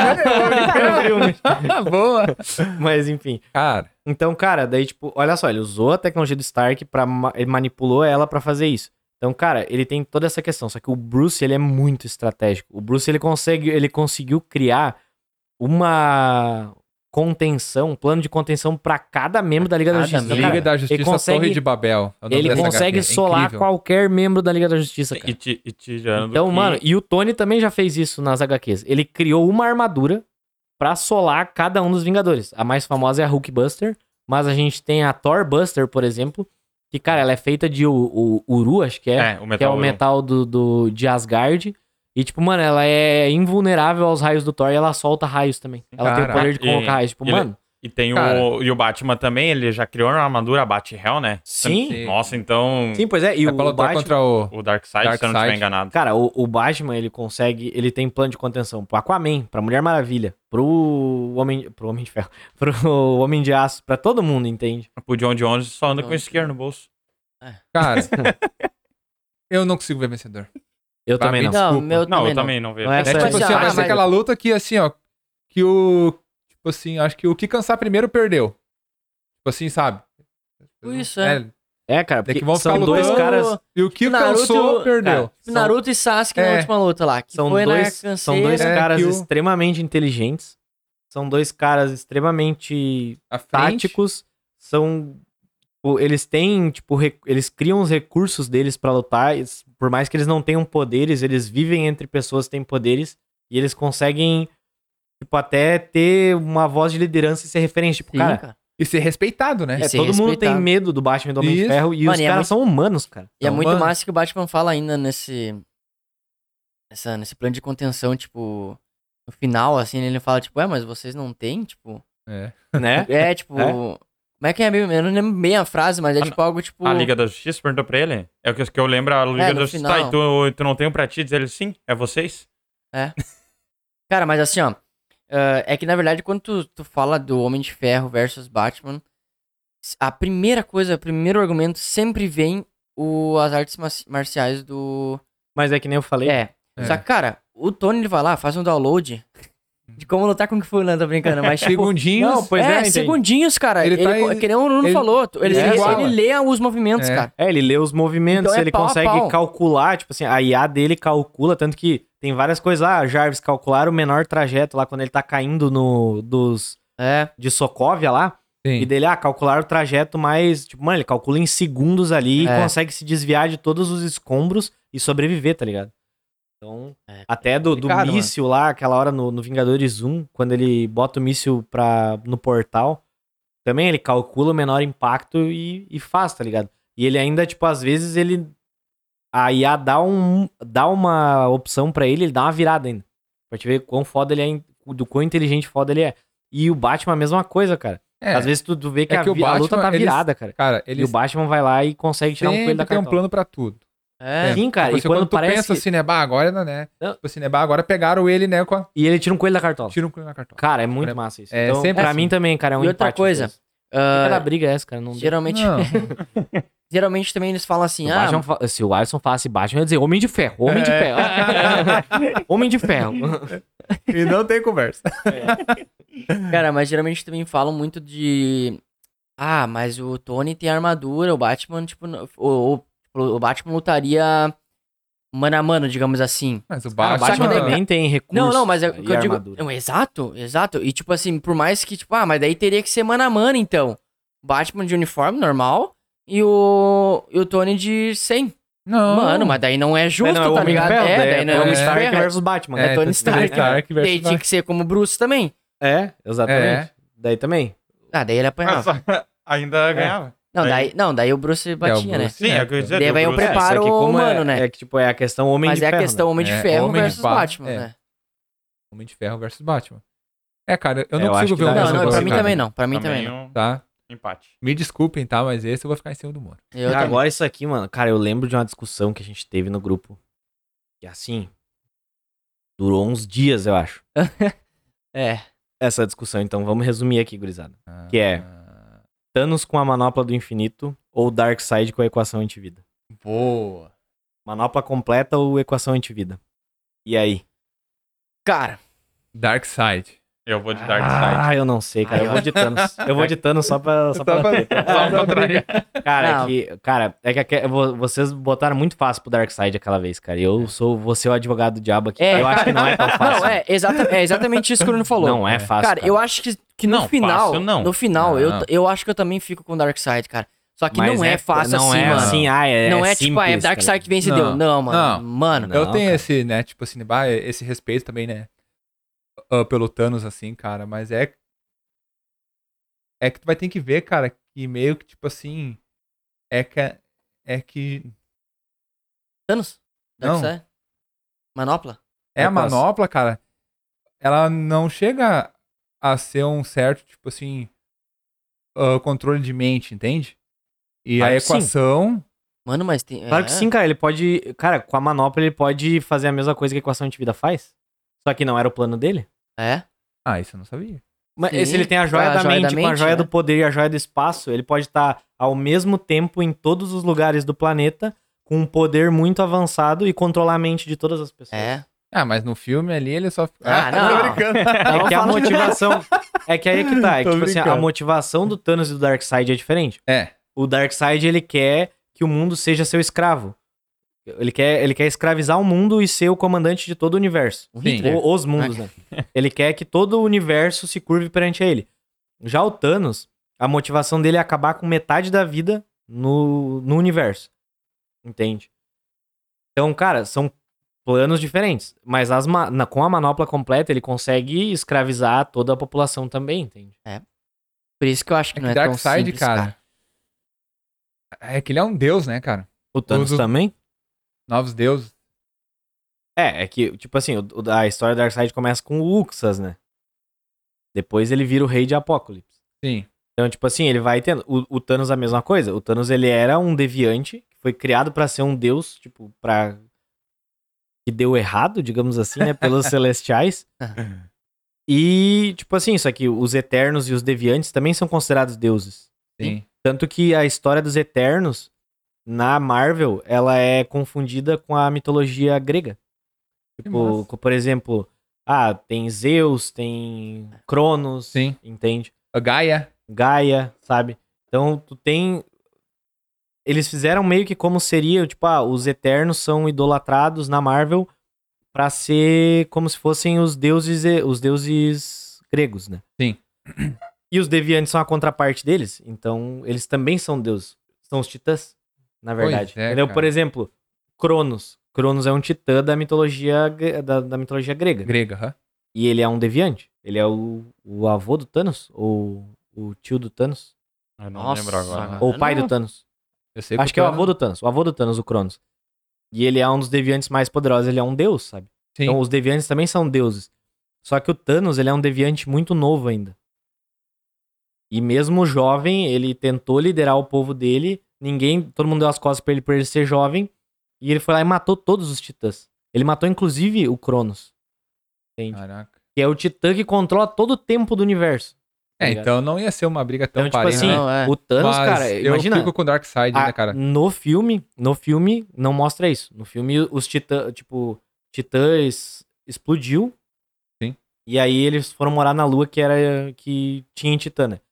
É, Boa. Mas enfim. Cara, Então, cara, daí, tipo, olha só, ele usou a tecnologia do Stark pra. ma- Ele manipulou ela pra fazer isso. Então, cara, ele tem toda essa questão. Só que o Bruce, ele é muito estratégico. O Bruce, ele consegue. Ele conseguiu criar uma contenção, um plano de contenção pra cada membro da Liga da Cada Justiça. membro. Cara, Liga da Justiça consegue- Torre de Babel. é o nome ele dessa consegue H Q. É solar incrível. qualquer membro da Liga da Justiça, cara. E, ti- e tirando Então, que- mano, e o Tony também já fez isso nas H Qs. Ele criou uma armadura pra solar cada um dos Vingadores. A mais famosa é a Hulk Buster, mas a gente tem a Thor Buster, por exemplo, que, cara, ela é feita de o, o Uru, acho que é, É, o que é metal. o metal do, do, de Asgard. E, tipo, mano, ela é invulnerável aos raios do Thor e ela solta raios também. Ela tem o Caraca. poder de colocar E- raios. Tipo, ele- mano, E tem Cara. o. E o Batman também, ele já criou uma armadura Bat-Hell, né? sim. Sim. Nossa, então. Sim, pois é. E É o pra lutar Batman... contra o... O Darkseid, se eu não estiver Darkseid. enganado. Cara, o, o Batman, ele consegue... Ele tem plano de contenção pro Aquaman, pra Mulher Maravilha, pro Homem... Pro Homem de Ferro, pro Homem de Aço, pra todo mundo, entende? O John Jones só anda com John isqueiro no bolso. Cara, eu não consigo ver vencedor. Eu Pra também mim, não. Não, Desculpa. meu Não, também eu também não vejo. Não é É Sério? tipo assim, Ah, ó, vai mas- ser aquela luta que, assim, ó, que o... Tipo assim, acho que o que cansar primeiro perdeu. Tipo assim, sabe? Isso, é. É, cara, É porque que vão são ficar dois lutando. caras... E o que Naruto- cansou, perdeu. Cara, Naruto e Sasuke na É. última luta lá. Que São foi dois, na são canseira. dois É, caras que o- extremamente inteligentes. São dois caras extremamente A frente, táticos. São... tipo, eles têm, tipo, rec- eles criam os recursos deles pra lutar. eles- por mais que eles não tenham poderes, eles vivem entre pessoas que têm poderes. E eles conseguem, tipo, até ter uma voz de liderança e ser referente. Tipo, Sim, cara, cara. e ser respeitado, né? é, ser todo mundo tem respeitado. medo do Batman e do Homem de Isso. Ferro. E Mano, os e é caras muito- são humanos, cara. E é Então, muito mano. massa que o Batman fala ainda nesse. Nessa, nesse plano de contenção, tipo. No final, assim, ele fala, tipo, é, mas vocês não têm, tipo. É. Né? É, tipo. É? Como é que é? Eu não lembro bem a frase, mas é Ah, tipo algo tipo. A Liga da Justiça perguntou pra ele. É o que, que eu lembro, a Liga É, da no Justiça. final. Tá, e tu, tu não tem um pra ti? Diz ele, sim, é vocês? Cara, mas assim, ó. ah, é que na verdade, quando tu, tu fala do Homem de Ferro versus Batman, a primeira coisa, o primeiro argumento sempre vem o, as artes mar- marciais do. Mas é que nem eu falei. É. É. Só que, cara, o Tony ele vai lá, faz um download de como lutar com o Kung Fu, não tô brincando, mas tipo. Segundinhos. Não, pois é, é, entendi. segundinhos, cara. Ele Ele, tá em- que nem o Nuno ele- falou. Ele, ele ele, iguala. ele lê os movimentos, É. cara. É, ele lê os movimentos, Então é ele pau a consegue pau. calcular, tipo assim, a I A dele calcula, tanto que tem várias coisas lá. Jarvis, calcular o menor trajeto lá quando ele tá caindo no dos É. de Sokovia lá. Sim. E dele, ah, calcular o trajeto mais... Tipo, mano, ele calcula em segundos ali É. e consegue se desviar de todos os escombros e sobreviver, tá ligado? Então, É até do, do complicado, míssil lá, aquela hora no, no Vingadores um, quando ele bota o míssil pra, no portal, também ele calcula o menor impacto e, e faz, tá ligado? E ele ainda, tipo, às vezes ele... A I A dá, um, dá uma opção pra ele, ele dá uma virada ainda. Pra te ver quão foda ele é, do quão inteligente foda ele é. E o Batman, a mesma coisa, cara. É, Às vezes tu, tu vê que, é a, que o vi- a luta Batman, tá eles- virada, cara. Cara, E o eles Batman vai lá e consegue tirar um coelho da sempre tem um cartola. plano pra tudo. É. Sim, cara. Tipo E assim, quando, quando tu parece pensa que... assim, né? Bah, agora, né? Não. Tipo assim, né? Bah, agora pegaram ele, né? Com a... E ele tira um coelho da cartola. Tira um coelho na cartola. Cara, é muito É- massa isso. é então, sempre pra assim. mim também, cara, é um E outra empate coisa, dos dois. ah, Cada briga é essa, cara. Não geralmente, Não. geralmente também eles falam assim, Se o, ah, Batman fa- se o Alisson falasse Batman, eu ia dizer Homem de Ferro, Homem de Ferro. Homem de Ferro. E não tem conversa. cara, mas geralmente também falam muito de, ah, mas o Tony tem armadura, o Batman, tipo, não- o, o, o Batman lutaria mano a mano, digamos assim. Mas o Cara, o Batman... Batman também tem recursos. Não, não, mas é o e que eu digo. armadura. Não, exato, exato. E tipo assim, por mais que, tipo, ah, mas daí teria que ser mano a mano, então. Batman de uniforme normal e o, e o Tony de cem. Não. Mano, mas daí não é justo, É, não, é o tá Homem de ligado? Ferro, é, daí daí não é Tony Homem de Stark Ferro. versus Batman. É né? Tony Stark. Stark Daí versus tinha que ser como Bruce também. É, exatamente. É. Daí também. Ah, daí ele apanhava. Mas ainda ganhava. Não, Aí- daí, não, daí o Bruce batia, né? Bruce. Sim, é o que eu ia dizer. Daí do vai o Bruce. preparo- É, só que como humano, é, né? É que, tipo, é a questão Homem Mas de é a Ferro. questão né? Homem de É, Ferro Homem de versus Ferro, Batman, é. né? Homem de Ferro versus Batman. É, cara, eu É, não eu acho consigo que ver um dá- Não, essa não, coisa, pra mim cara. também não. Pra mim também, Também não. um Tá? empate. Me desculpem, tá? Mas esse eu vou ficar em cima do muro. Eu Cara, também. agora isso aqui, mano. Cara, eu lembro de uma discussão que a gente teve no grupo. E assim. Durou uns dias, eu acho. É. Essa discussão. Então vamos resumir aqui, gurizada. Que é- Ah, Thanos com a manopla do infinito ou Darkseid com a equação antivida? boa. Manopla completa ou equação antivida? E aí? Cara, Dark Side. Eu vou de Darkseid. Ah, eu não sei, cara. Ai, Eu vou de Thanos. Eu vou de Thanos só pra. Só pra... Só pra brigar. Cara, é Não. que, cara, é que aque- vo- vocês botaram muito fácil pro Darkseid aquela vez, cara. Eu sou, vou ser o advogado do diabo aqui. É. Eu acho que não é tão fácil. não, é, exata, é exatamente isso que o Bruno falou. Não é fácil. Cara, eu acho que, que no Não, final, fácil não. no final, eu, Não. eu acho que eu também fico com o Darkseid, cara. Só que Mas não é, fácil não assim, é mano. assim, ah, é. não é, tipo, ah, é simples, Darkseid cara. que vence e Não. deu. Não, mano. Não. Mano. Não, eu tenho cara. esse, né, tipo assim, bah, esse respeito também, né? ah, pelo Thanos, assim, cara, mas é. É que tu vai ter que ver, cara, que meio que, tipo assim. É que. É que. Thanos? Não. Darkseid? Manopla? É a Eu posso. manopla, cara. Ela não chega a ser um certo, tipo assim. ah, controle de mente, entende? E Claro a que sim. equação. Mano, mas tem. Claro é. que sim, cara. Ele pode. Cara, com a manopla ele pode fazer a mesma coisa que a equação antivida faz. Só que não era o plano dele. É? Ah, isso eu não sabia. Mas Sim, se ele tem a joia, a da, joia mente, da com a mente, joia né? do poder e a joia do espaço, ele pode estar ao mesmo tempo em todos os lugares do planeta, com um poder muito avançado e controlar a mente de todas as pessoas. É. Ah, mas no filme ali ele só. Ah, não. tô brincando. É que a motivação. É que aí é que tá. É que, Tô tipo assim, a brincando. motivação do Thanos e do Darkseid é diferente. É. O Darkseid, ele quer que o mundo seja seu escravo. Ele quer, ele quer escravizar o mundo e ser o comandante de todo o universo. O Sim. Hitler. O- os mundos, né? Ele quer que todo o universo se curve perante ele. Já o Thanos, a motivação dele é acabar com metade da vida no, no universo. Entende? Então, cara, são planos diferentes. Mas as ma- na- com a manopla completa, ele consegue escravizar toda a população também, entende? Por isso que eu acho que É não que é tão Darkseid, simples, cara. cara. É que ele é um deus, né, cara? O Thanos Tudo- também? Novos deuses. É, é que, tipo assim, o- o- a história do Darkseid começa com o Uxas, né? Depois ele vira o rei de Apocalipse. Sim. Então, tipo assim, ele vai tendo. O, o Thanos a mesma coisa. O Thanos, ele era um deviante, que foi criado pra ser um deus, tipo, pra. Que deu errado, digamos assim, né? Pelos celestiais. E, tipo assim, isso aqui, os Eternos e os Deviantes também são considerados deuses. Sim. Tanto que a história dos Eternos, na Marvel, ela é confundida com a mitologia grega. Tipo, massa. co- por exemplo, ah, tem Zeus, tem Cronos, Sim. entende? A Gaia. Gaia, sabe? Então, tu tem... Eles fizeram meio que como seria, tipo, ah, os Eternos são idolatrados na Marvel pra ser como se fossem os deuses, e- os deuses gregos, né? Sim. E os deviantes são a contraparte deles, então eles também são deuses. São os titãs, na verdade. Pois é, Entendeu? cara. Por exemplo, Cronos. Cronos é um titã da mitologia, gre- da, da mitologia grega. Grega, hã? E ele é um deviante. Ele é o, o avô do Thanos? Ou o tio do Thanos? Eu não Nossa, lembro agora. cara. Ou o pai não. do Thanos? Eu sei Acho que é o Thanos- avô do Thanos. O avô do Thanos, o Cronos. E ele é um dos deviantes mais poderosos. Ele é um deus, sabe? Sim. Então os deviantes também são deuses. Só que o Thanos, ele é um deviante muito novo ainda. E mesmo jovem, ele tentou liderar o povo dele. Ninguém, todo mundo deu as costas pra ele por ele ser jovem. E ele foi lá e matou todos os titãs. Ele matou inclusive o Cronos. Entende? Caraca. Que é o titã que controla todo o tempo do universo. tá É, ligado? então não ia ser uma briga tão Então, tipo parelha, assim, né? Não, é. o Thanos, Mas cara, eu imagina. fico com o Darkseid, a- né, cara? No filme, no filme não mostra isso. No filme os titãs, tipo, titãs explodiu. Sim. E aí eles foram morar na lua que era que tinha em Titã, né?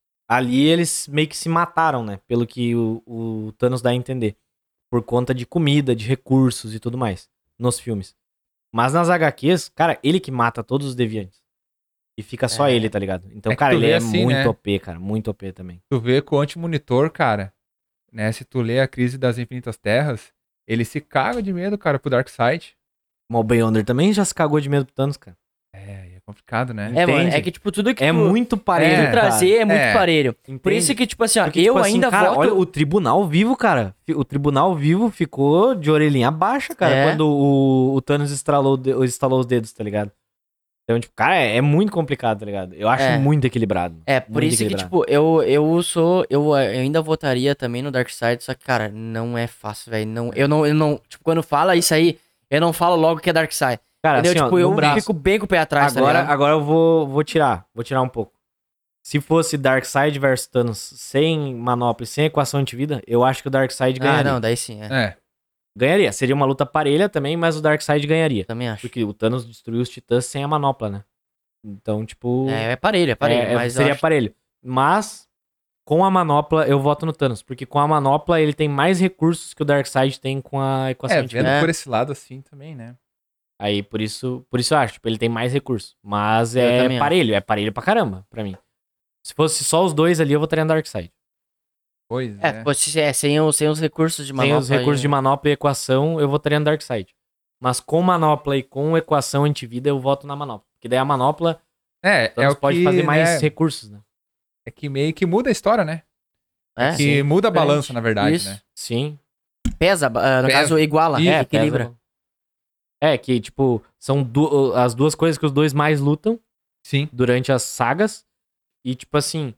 Ali eles meio que se mataram, né? Pelo que o, o Thanos dá a entender. Por conta de comida, de recursos e tudo mais. Nos filmes. Mas nas H Qs, cara, ele que mata todos os deviantes. E fica só É. ele, tá ligado? Então, É que cara, tu ele vê é assim, muito né? O P, cara. Muito O P também. Tu vê com o Anti-Monitor, cara, né? Se tu lê a Crise das Infinitas Terras, ele se caga de medo, cara, pro Darkseid. Mas o Beyonder também já se cagou de medo pro Thanos, cara. É, é complicado, né? É, mano, Entende? é que, tipo, tudo que É tu, muito parelho, É. tu cara. trazer é muito É. parelho. Por Entende? isso que, tipo assim, ó, Porque, eu tipo assim, ainda cara, voto... olha, o tribunal vivo, cara. O tribunal vivo ficou de orelhinha baixa, cara, É. quando o, o Thanos estralou, o de- estalou os dedos, tá ligado? Então, tipo, cara, é, é muito complicado, tá ligado? Eu acho É. muito equilibrado. É, por Muito isso que, equilibrado. tipo, eu, eu sou... Eu, eu ainda votaria também no Darkseid, só que, cara, não é fácil, velho. Não, eu, não, eu não... Tipo, quando fala isso aí, eu não falo logo que é Darkseid. Cara, Entendeu? assim, ó, Tipo, no eu braço. fico bem com o pé atrás, Agora, tá ligado? agora eu vou, vou tirar. Vou tirar um pouco. Se fosse Darkseid versus Thanos sem manopla e sem equação antivida, eu acho que o Darkseid Ah, ganharia. não, daí sim, é. É. Ganharia. Seria uma luta parelha também, mas o Darkseid ganharia. Também acho. Porque o Thanos destruiu os titãs sem a manopla, né? Então, tipo... É, é parelho, é parelho, é, é, mas eu seria acho... parelho. Mas, com a manopla, eu voto no Thanos. Porque com a manopla, ele tem mais recursos que o Darkseid tem com a equação É, antivida. vendo É. por esse lado assim também, né? Aí, por isso, por isso eu acho, tipo, ele tem mais recursos. Mas Eu é também parelho, é parelho pra caramba, pra mim. Se fosse só os dois ali, eu votaria no Darkseid. Pois É, é. pô, se- é, sem, os, sem os recursos de Sem manopla... os recursos aí, de manopla e equação, eu votaria no Darkseid. Mas com manopla e com equação antivida, eu voto na manopla. Porque daí a manopla, É, é Thanos o pode que, fazer mais né, recursos, né? é que meio que muda a história, né? É, Que sim, muda a diferente. balança, na verdade, Isso. né? Sim. pesa, ah, no Pesa. caso, iguala, Isso, é, equilibra. pesa. É, que, tipo, são du- as duas coisas que os dois mais lutam Sim. durante as sagas. E, tipo assim,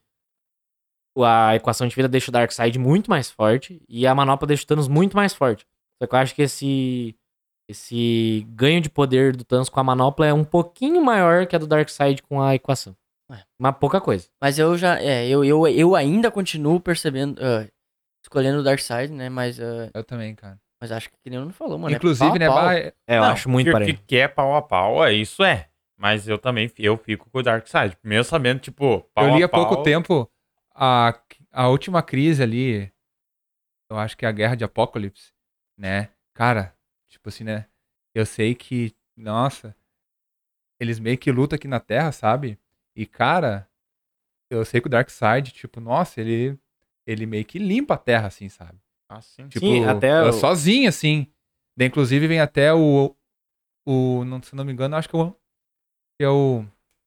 a equação de vida deixa o Darkseid muito mais forte e a manopla deixa o Thanos muito mais forte. Só que eu acho que esse, esse ganho de poder do Thanos com a manopla é um pouquinho maior que a do Darkseid com a equação. É. Mas pouca coisa. Mas eu já, é, eu, eu, eu ainda continuo percebendo, ah, escolhendo o Darkseid, né, mas, ah, Eu também, cara. mas acho que nem eu não falou, mano. Inclusive, é né, pau a pau. bah, É, eu Não, acho muito que, parelho. que, que é pau a pau, é isso é. Mas eu também eu fico com o Darkseid. Mesmo sabendo, tipo, pau eu li a há pouco pau, tempo a, a última crise ali. Eu acho que é a Guerra de Apocalipse, né? Cara, tipo assim, né? Eu sei que, nossa, eles meio que lutam aqui na Terra, sabe? E, cara, eu sei que o Darkseid, tipo, nossa, ele, ele meio que limpa a Terra, assim, sabe? Assim, Tipo, Sim, até eu o- sozinho, assim. Daí, inclusive, vem até o. o não, se eu não me engano, acho que, o, que é o.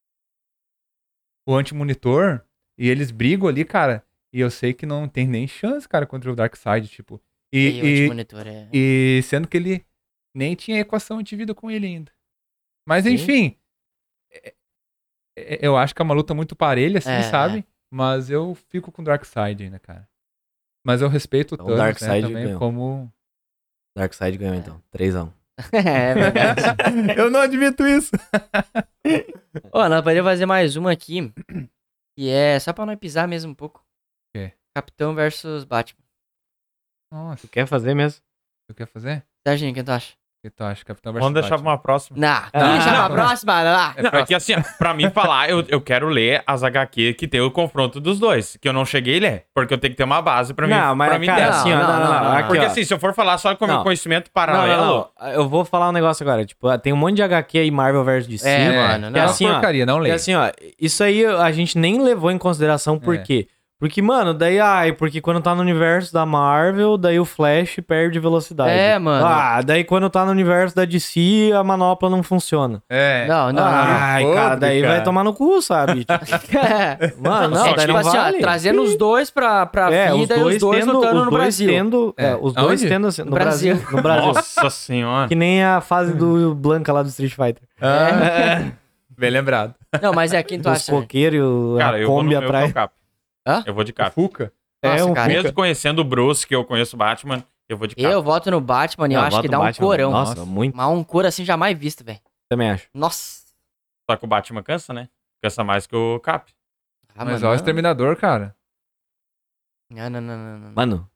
O Anti-Monitor. E eles brigam ali, cara. E eu sei que não tem nem chance, cara, contra o Darkseid, tipo. E, E, o e, antimonitor é... e sendo que ele nem tinha equação antivida com ele ainda. Mas, Sim. enfim. é- é- Eu acho que é uma luta muito parelha, assim, É, sabe? Mas eu fico com o Darkseid ainda, cara. Mas eu respeito o Então, o Thanos, né, Darkseid também ganhou. como... Darkseid ganhou, então. três a um. é verdade. Eu não admito isso. Ó, nós podemos fazer mais uma aqui, que é só pra nós pisar mesmo um pouco. quê? Capitão versus Batman. Nossa, Tu quer fazer mesmo? tu quer fazer? Serginho, o que tu acha? O que tu acha? Capitão versus Vamos deixar pra Batman. uma próxima. Não, Ah. deixa pra próxima, lá. Não, é que assim, ó, pra mim falar, eu, eu quero ler as H Q que tem o confronto dos dois. Que eu não cheguei a ler. Porque eu tenho que ter uma base pra mim. Não, mas, pra mim cara, ter. assim, ó, Não, não, não, não, não, não, aqui, Porque ó. assim, se eu for falar só com o meu Não. conhecimento Não, paralelo. não, não. Eu vou falar um negócio agora. Tipo, tem um monte de H Q aí, Marvel versus D C. É, É, mano, que não. é uma assim, ó, porcaria, não E leio. assim, ó, isso aí a gente nem levou em consideração, por É. quê? Porque, mano, daí, ai, porque quando tá no universo da Marvel, daí o Flash perde velocidade. É, mano. Ah, daí quando tá no universo da D C, a manopla não funciona. É. Não, não, Ai, Podre, cara, daí cara. vai tomar no cu, sabe? Tipo, não. mano, não, Só é, daí tipo não assim, ó, vale. trazendo os dois pra, pra É, os vida dois, e os dois tendo, lutando os no dois Brasil. tendo, é, É. os dois Aonde? tendo assim, no No Brasil, Brasil. no Brasil. Nossa senhora. Que nem a fase do Blanca lá do Street Fighter. Ah, bem lembrado. Não, mas é quem tu Os acha? né? coqueiros e o- Cara, a eu vou no Kombi meu atrás. com Cap. Hã? Eu vou de O Cap. Fuca? É, Nossa, um cara. Mesmo conhecendo o Bruce, que eu conheço o Batman, eu vou de Cap. Eu voto no Batman e eu Não, acho que voto dá no um Batman. corão. Nossa, Nossa. muito. Mas um cor assim jamais visto, velho. Também acho. Nossa. Só que o Batman cansa, né? Cansa mais que o Cap. Ah, Mas mano, olha o não. Exterminador, cara. Não, não, não, não, não. Mano,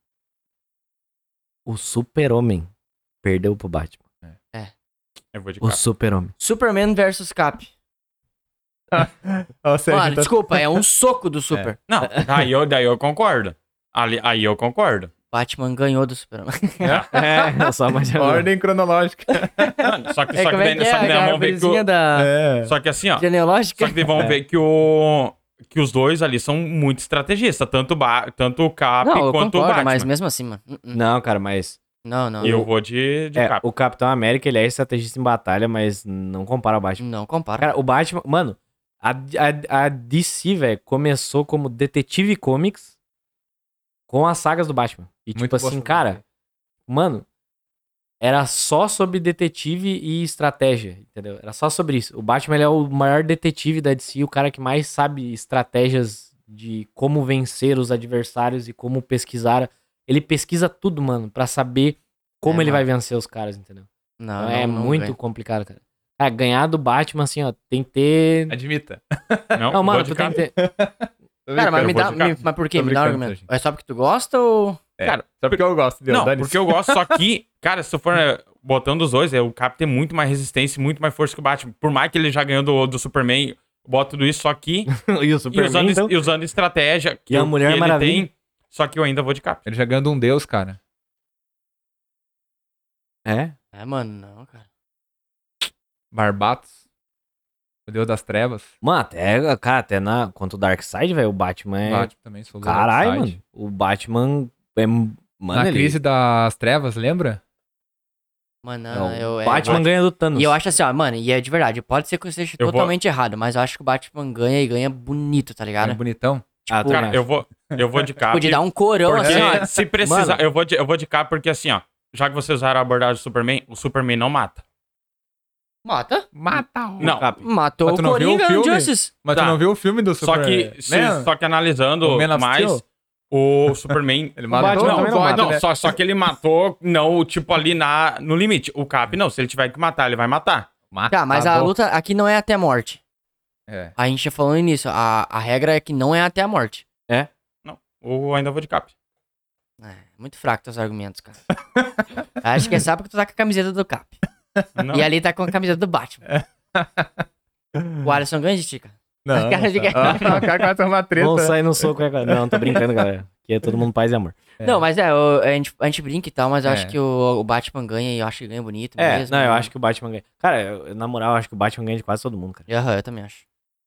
o Super-Homem perdeu pro Batman. Eu vou de O Cap. Super-Homem. Superman versus Cap. Ó, o Sérgio Mano, tá- desculpa, é um soco do Super. Não, daí eu, daí eu concordo. Ali, aí eu concordo. Batman ganhou do Superman. É, só mais Ordem cronológica. Não, só que, É, só que como é daí, que só que é? daí A vamos ver que o, árvorezinha da É. Só que assim, ó. genealógica? Só que daí vamos ver que o. Que os dois ali são muito estrategistas. Tanto o, ba, tanto o Cap Não, eu quanto o concordo, Batman. mas mesmo assim, mano. Uh-uh. Não, cara, mas Não, não. E eu vou de, de é, Cap. o Capitão América, ele é estrategista em batalha, mas não compara ao Batman. Não compara. Cara, o Batman, mano, a, a, a D C, velho, começou como Detetive Comics com as sagas do Batman. E tipo Muito assim, boa cara, mano, era só sobre detetive e estratégia, entendeu? Era só sobre isso. O Batman, ele é o maior detetive da D C, o cara que mais sabe estratégias de como vencer os adversários e como pesquisar. Ele pesquisa tudo, mano, pra saber como É, ele mano. vai vencer os caras, entendeu? Não, Então é não, não muito ganha. complicado, cara. Cara, ganhar do Batman, assim, ó, tem que ter... Admita. Não, Não, mano, vou de tu tem Cap. que ter... Cara, mas Eu me vou dá. de Cap. me- mas por quê? Tô Me dá um brincando, argumento. Serginho. É só porque tu gosta ou. É, Cara, só porque eu gosto dele. Não, dane-se. porque eu gosto, só que, cara, se tu for né, botando os dois, é, o Cap tem muito mais resistência e muito mais força que o Batman. Por mais que ele já ganhou do, do Superman, bota tudo isso, só que. e o e, Superman, usando, então... e usando estratégia que, E a eu- Mulher que ele Maravilha. tem. Só que eu ainda vou de Cap. Ele já ganhou de um deus, cara. É? É, mano, não, cara. Barbatos. O deus das trevas. Mano, até, cara, até na... Quanto o Darkseid, velho, o Batman é... Batman também, sou do Caralho, Darkseid. mano. O Batman é... Mano, Na ele... crise das trevas, lembra? Mano, Não, não, eu. o é, Batman eu- ganha do Thanos. E eu acho assim, ó, mano, e é de verdade. Pode ser que eu esteja Eu vou- totalmente errado, mas eu acho que o Batman ganha e ganha bonito, tá ligado? Era bonitão. Ah, Tipo, também Cara, acho. eu vou, eu vou de Cap. Podia dar um corão Porque assim, ó. se precisar, Mano. eu, vou de, eu vou de Cap porque assim, ó. Já que vocês usaram a abordagem do Superman, o Superman não mata. Mata. Mata o... Não. Cap. Matou Mas o tu não viu o Coringa no filme? Justice. Mas Tá. tu não viu o filme do Só Super... que, se- Man? só que analisando O Man of mais, Steel? o Superman. Ele Batman matou? não, também não só, mata, não, né? só, só que ele matou, não, tipo, ali na, no limite. O Cap, não, se ele tiver que matar, ele vai matar. Mata, Tá, mas a bom. luta aqui não é até a morte. É. A gente já falou nisso. A, a regra é que não é até a morte. Não, ou ainda vou de Cap. É, muito fraco teus argumentos, cara. Acho que é só porque tu tá com a camiseta do Cap. Não. E ali tá com a camiseta do Batman. O Alisson ganha de ti, cara. Não. O cara fica- Ah, o cara vai tomar treta. Vamos sair no soco agora. Não, tô brincando, galera. Aqui é todo mundo paz e amor. É. Não, mas é, o- a, gente, a gente brinca e tal, mas eu É. acho que o, o Batman ganha e eu acho que ganha bonito É, mesmo. não, eu acho que o Batman ganha. Cara, eu- na moral, eu acho que o Batman ganha de quase todo mundo, cara. Aham, eu também acho.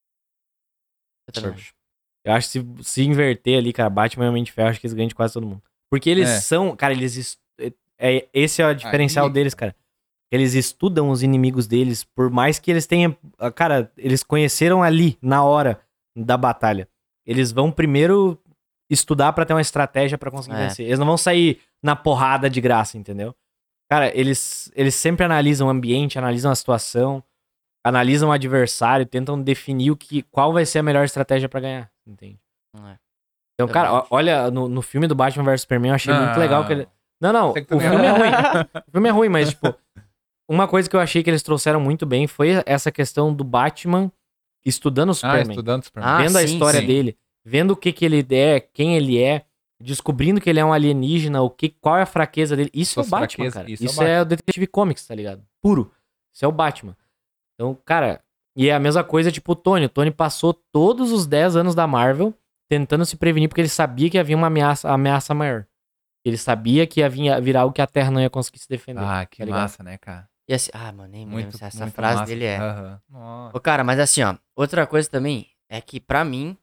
Eu também Certo. acho. Eu acho que se, se inverter ali, cara, Batman e Homem de Ferro, eu acho que eles ganham de quase todo mundo. Porque eles É. são, cara, eles... est- é, é- esse é o diferencial Aí- deles, cara. Eles estudam os inimigos deles, por mais que eles tenham... ah, Cara, eles conheceram ali, na hora da batalha. Eles vão primeiro estudar pra ter uma estratégia pra conseguir É. vencer. Eles não vão sair na porrada de graça, entendeu? Cara, eles, eles sempre analisam o ambiente, analisam a situação, analisam o adversário, tentam definir o que, qual vai ser a melhor estratégia pra ganhar, entende? É. Então, cara, Verdade. ó- olha, no, no filme do Batman versus Superman, eu achei Não. muito legal que ele... Não, não, Sei que tu o nem- filme é ruim. O filme é ruim, mas, tipo, uma coisa que eu achei que eles trouxeram muito bem foi essa questão do Batman estudando o Ah, Superman. estudando Superman. Ah, vendo a sim, história sim. dele, vendo o que que ele é, quem ele é, descobrindo que ele é um alienígena, o que, qual é a fraqueza dele. Isso Suas é o Batman, fraquezas, cara. isso Isso, é o é o Detetive Comics, tá ligado? Puro. Isso é o Batman. Então, cara, e é a mesma coisa, tipo, o Tony. O Tony passou todos os dez anos da Marvel tentando se prevenir porque ele sabia que havia uma ameaça, ameaça maior. Ele sabia que ia vir- virar algo que a Terra não ia conseguir se defender. Ah, que tá ligado? massa, né, cara? E assim, ah, mano, nem Muito, lembro se essa muito frase massa. dele é. Aham. Nossa. Ô, cara, mas assim, ó, outra coisa também é que pra mim.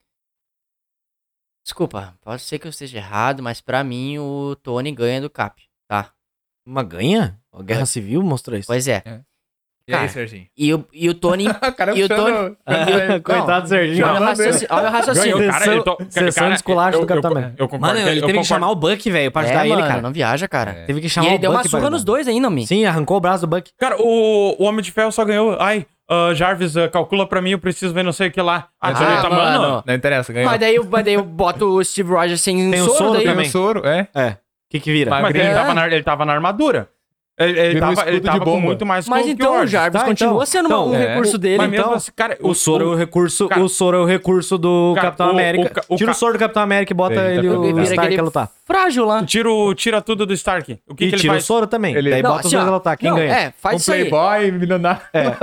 Desculpa, pode ser que eu esteja errado, mas pra mim o Tony ganha do Cap, tá? Uma ganha? A Guerra É. Civil mostrou isso. Pois é. E aí, Cara, Serginho? E o, e o Tony. O cara E o puxando- Coitado do Serginho. Olha o raciocínio. Olha o raciocínio. Ganhou, cara, ele to- Sessão de esculacho do Capitão América. Eu concordo. Mano, ele eu teve que concordo. chamar o Buck, velho, pra É, ajudar ele, mano, cara. não viaja, cara. É. Teve que E chamar ele o deu Buck uma pra surra ajudar. nos dois ainda, mi. Sim, arrancou o braço do Buck. Cara, o, o Homem de Ferro só ganhou. Ai, ah, Jarvis, ah, calcula pra mim, eu preciso ver não sei o que lá. Ah, Ah, então ele tá mano. mano. Não interessa, ganhou. Mas daí, eu- mas daí eu boto o Steve Rogers sem Tem o soro, soro daí. Tem também. o soro, é. É. O que que vira? Mas- Mas ele É. tava, na, ele tava na armadura. Ele, ele Vira um tava, ele escudo de tava com bomba. muito mais Mas que o então o Rogers. Jarvis Tá, continua então. sendo Então, um é. recurso dele. Mas mesmo então. assim, cara, O soro é o recurso, cara- o soro é o recurso do Cara, Capitão o- América. o ca- o Tira o ca- soro do Capitão América e bota Eita, ele, pegou. o Vira Vira Stark aquele a lutar. frágil lá. Tira, o- tira tudo do Stark. O que, E que ele tira faz? o soro também. Ele- Daí Não, bota os assim, dois ó, a lutar. Quem não, ganha? É, faz Um isso aí. playboy, milionário.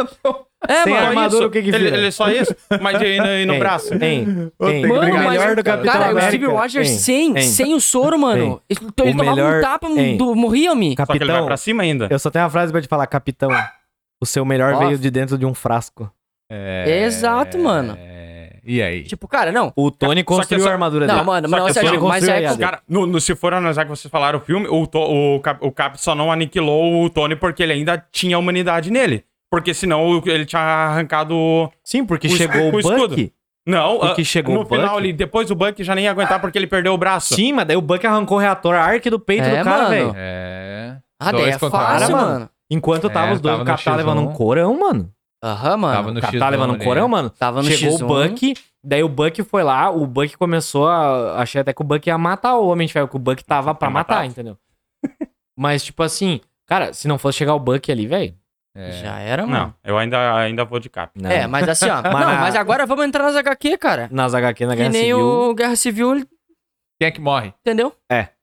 É, Sem mano. armadura, Isso. o que que ele, vira? ele é só isso? Mas e no, e no Hein, braço? Hein? Hein? Tem que Mano, brigar. mas, melhor do Capitão cara, América. o Steve Rogers Hein? sem, Hein? sem o soro, mano. Hein? Ele, então ele O tomava melhor- um tapa, Hein? do, morria, mi. Só que ele vai Capitão, pra cima ainda. eu só tenho uma frase pra te falar. Capitão, o seu melhor Ó. veio de dentro de um frasco. É... Exato, mano. E aí? Tipo, cara, não. O Tony Só que construiu só- a armadura Não, dele. mano, Só não, que Sérgio, só mas construiu é. a Yada. Cara, no, no- se for analisar que vocês falaram o filme, o, To- o, Cap, o Cap só não aniquilou o Tony porque ele ainda tinha humanidade nele. Porque senão o- ele tinha arrancado. o- Sim, porque o chegou escu- o o escudo. Buck. Não, Porque ah, chegou no o Buck. final ali, depois o Buck já nem ia aguentar porque ele perdeu o braço. Sim, mas daí o Buck arrancou o reator arc do peito É, do cara, mano. velho. É... Ah, daí Dois é contra um. fácil, Cara, mano. Enquanto tava É, os dois, tava o no Cap tá levando um X um. corão, mano. Aham, mano. Tava no O Cap X um tá levando um ali. corão, mano. Tava no Chegou X um. o Buck, daí o Buck foi lá, o Buck começou a... Achei até que o Buck ia matar o Homem de Ferro, que o Buck tava pra Ia matar, matar. entendeu? Mas, tipo assim, cara, se não fosse chegar o Buck ali, velho... É. Já era, mano. Não, eu ainda, ainda vou de Cap. não. É, mas assim, ó. Mas não, na- mas agora vamos entrar nas H Q, cara. Nas agá quê, na Que Guerra nem Civil... o Guerra Civil, ele- Quem é que morre? entendeu?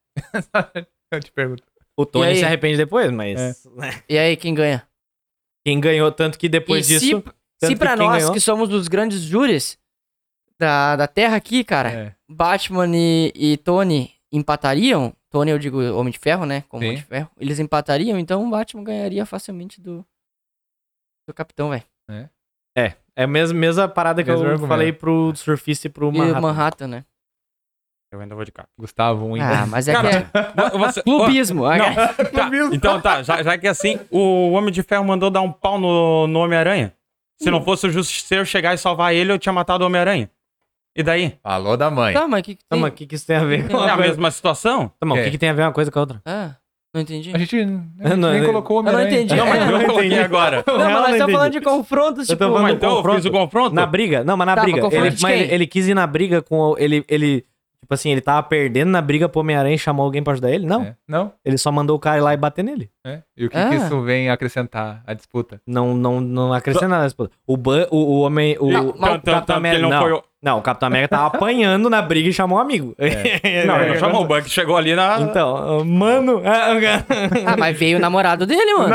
Eu te pergunto. O Tony E aí? se arrepende depois, mas... E aí, quem ganha? Quem ganhou, tanto que depois e disso... se, tanto se que pra quem nós, ganhou- que somos os grandes júris da, da Terra aqui, cara, É. Batman e, e Tony empatariam, Tony eu digo Homem de Ferro, né, como Sim. Homem de Ferro, eles empatariam, então o Batman ganharia facilmente do, do Capitão, velho. É, é a mesma, mesma parada que Mesmo eu argumento. falei pro surfista e pro E Manhattan. o Manhattan, né? Eu ainda vou de Cap. Gustavo, um Ah, mas é que é Você, clubismo. Não, tá, então tá, já, já que é assim, o Homem de Ferro mandou dar um pau no, no Homem-Aranha. Se não fosse o Justiceiro chegar e salvar ele, eu tinha matado o Homem-Aranha. E daí? Falou da mãe. Tá, mas o que que Tá, tem? mas o que, que isso tem a ver com É uma a coisa? mesma situação? Tá, mas o É. que, que tem a ver uma coisa com a outra? Ah, não entendi. A gente nem, não, nem eu- colocou o eu não Homem-Aranha. entendi. Não, mas Eu eu não coloquei entendi. agora. Não, Eu mas nós não estamos entendi. falando de confrontos, Eu tipo... tô falando Mas do então eu confronto. fiz o confronto? Na briga? Não, mas na Tá, briga. mas confronto Ele, de mas quem? ele, ele quis ir na briga com. o- Ele, ele. Tipo assim, ele tava perdendo na briga pro Homem-Aranha e chamou alguém pra ajudar ele? Não. É. Não? Ele só mandou o cara ir lá e bater nele. É. E o que, Ah. que isso vem acrescentar à disputa? Não, não, não acrescenta nada. Disputa. O, Ban, o, o homem. O, Não, o mas- Tanto- tanto que ele não não, foi o- não, o Capitão América tava apanhando na briga e chamou um amigo. Não, ele não chamou o Buck, chegou ali na... Então, mano. Ah, mas veio o namorado dele, mano.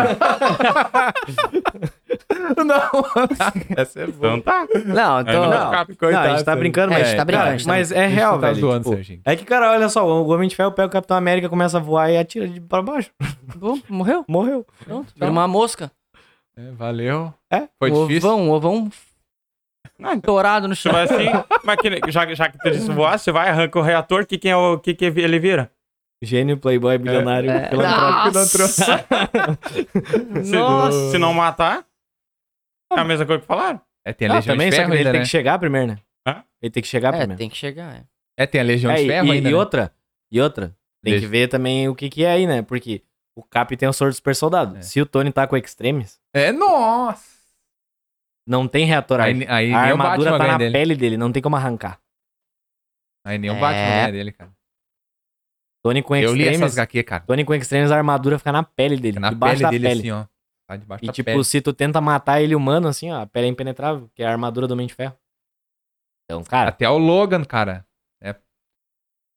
Não. Essa é boa. Então tá. Não, Aí então... não Não. Cap. Não, a gente tá brincando, É, mas. a gente tá brincando, cara, a gente tá mas é A gente real, não tá velho. zoando, tipo, Serginho. é que, cara, olha só, o Homem de Ferro pega o Capitão América, começa a voar e atira de pra baixo. Bom, morreu. Morreu. Pronto. Vira uma mosca. É, valeu. É? Foi um difícil. ovão, um ovão Ah, então, dourado no se chão. vai assim, mas que, já, já que tu disse voar, você vai, arranca o reator, que, quem é o, que, que ele vira? Gênio, playboy, bilionário, É. filantrópico. Nossa. Se, Nossa. se não matar, é a mesma coisa que falaram. É, tem a Ah, Legião também, de só Ferro que ele ainda, tem né? que chegar primeiro, né? Hã? Ele tem que chegar É, primeiro. tem que chegar, é. É, tem a Legião É, de e, Ferro e- ainda, e né? outra, e outra, tem Deixa. que ver também o que que é aí, né? Porque o Cap tem o soro do super soldado. É. Se o Tony tá com o Extremis, É, nossa. não tem reator Aí, arc. aí A nem o armadura Batman tá ganha na dele. pele dele, não tem como arrancar. Aí nem o É. Batman ganha dele, cara. Tony com Eu li essas Extremis, H Q, cara. Tony com Extremis, a armadura fica na pele dele, Fica na debaixo pele da dele, pele. assim, ó. Tá debaixo E da tipo, pele. se tu tenta matar ele humano, assim, ó, a pele é impenetrável, que é a armadura do Homem de Ferro. Então, cara, Até o Logan, cara. É.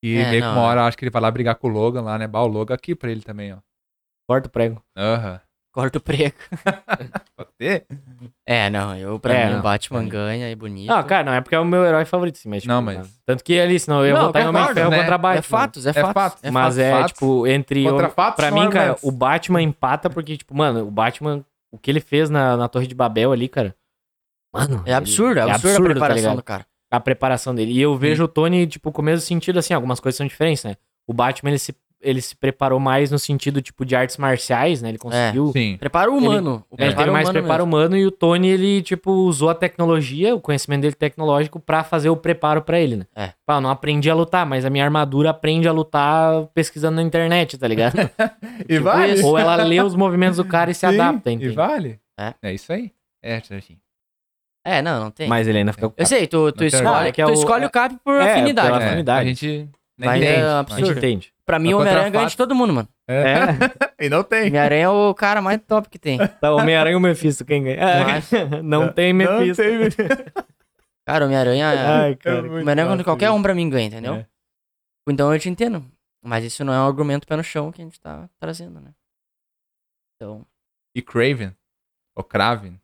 E É, meio que não, uma é. hora eu acho que ele vai lá brigar com o Logan lá, né? Bah, o Logan aqui pra ele também, ó. Corta o prego. Aham. Corta o prego. Pode ser? É, não, eu, pra É, mim, não. o Batman É. ganha, é bonito. Não, cara, não é porque é o meu herói favorito, sim, mas, tipo, Não, mas- mano, tanto que ali, senão eu ia Não, votar em Homem de concordo, Ferro né? contra Batman. É fatos, é É fatos. fatos. é Mas fatos. é, fatos. tipo, entre... Contra o- fatos, pra não mim, cara, argumentos. o Batman empata porque, tipo, mano, o Batman, o que ele fez na, na Torre de Babel ali, cara... Mano... É absurdo, é ele- absurdo, a tá preparação ligado? do cara. A preparação dele. E eu vejo o Tony, tipo, com o mesmo sentido, assim, algumas coisas são diferentes, né? O Batman, ele se, ele se preparou mais no sentido, tipo, de artes marciais, né? Ele conseguiu... Sim. Preparo humano. O Ele preparo teve mais humano preparo mesmo. humano e o Tony, ele, tipo, usou a tecnologia, o conhecimento dele tecnológico pra fazer o preparo pra ele, né? É. Pá, eu não aprendi a lutar, mas a minha armadura aprende a lutar pesquisando na internet, tá ligado? E vale? isso. Ou ela lê os movimentos do cara e se Sim, adapta, E entende? vale? É. É isso aí. É, Serginho. É, não, não tem. Mas ele ainda fica com Eu sei, tu, tu tem escolhe, argumento. Que é tu o- escolhe o cap por é, afinidade. pela né? afinidade. A gente nem Mas é entende. A gente absurdo. entende. Pra mim, Mas o contra Homem-Aranha ganha fatos. de todo mundo, mano. É. E não tem. Homem-Aranha é o cara mais top que tem. Tá, Homem-Aranha e o Mephisto, quem ganha? Não tem Mephisto. Não tem. Cara, Homem-Aranha... Ai, cara. muito Homem-Aranha massa contra qualquer isso. um pra mim ganha, entendeu? É. Então eu te entendo. Mas isso não é um argumento pé no chão que a gente tá trazendo, né? Então... E Craven. Ou Kraven.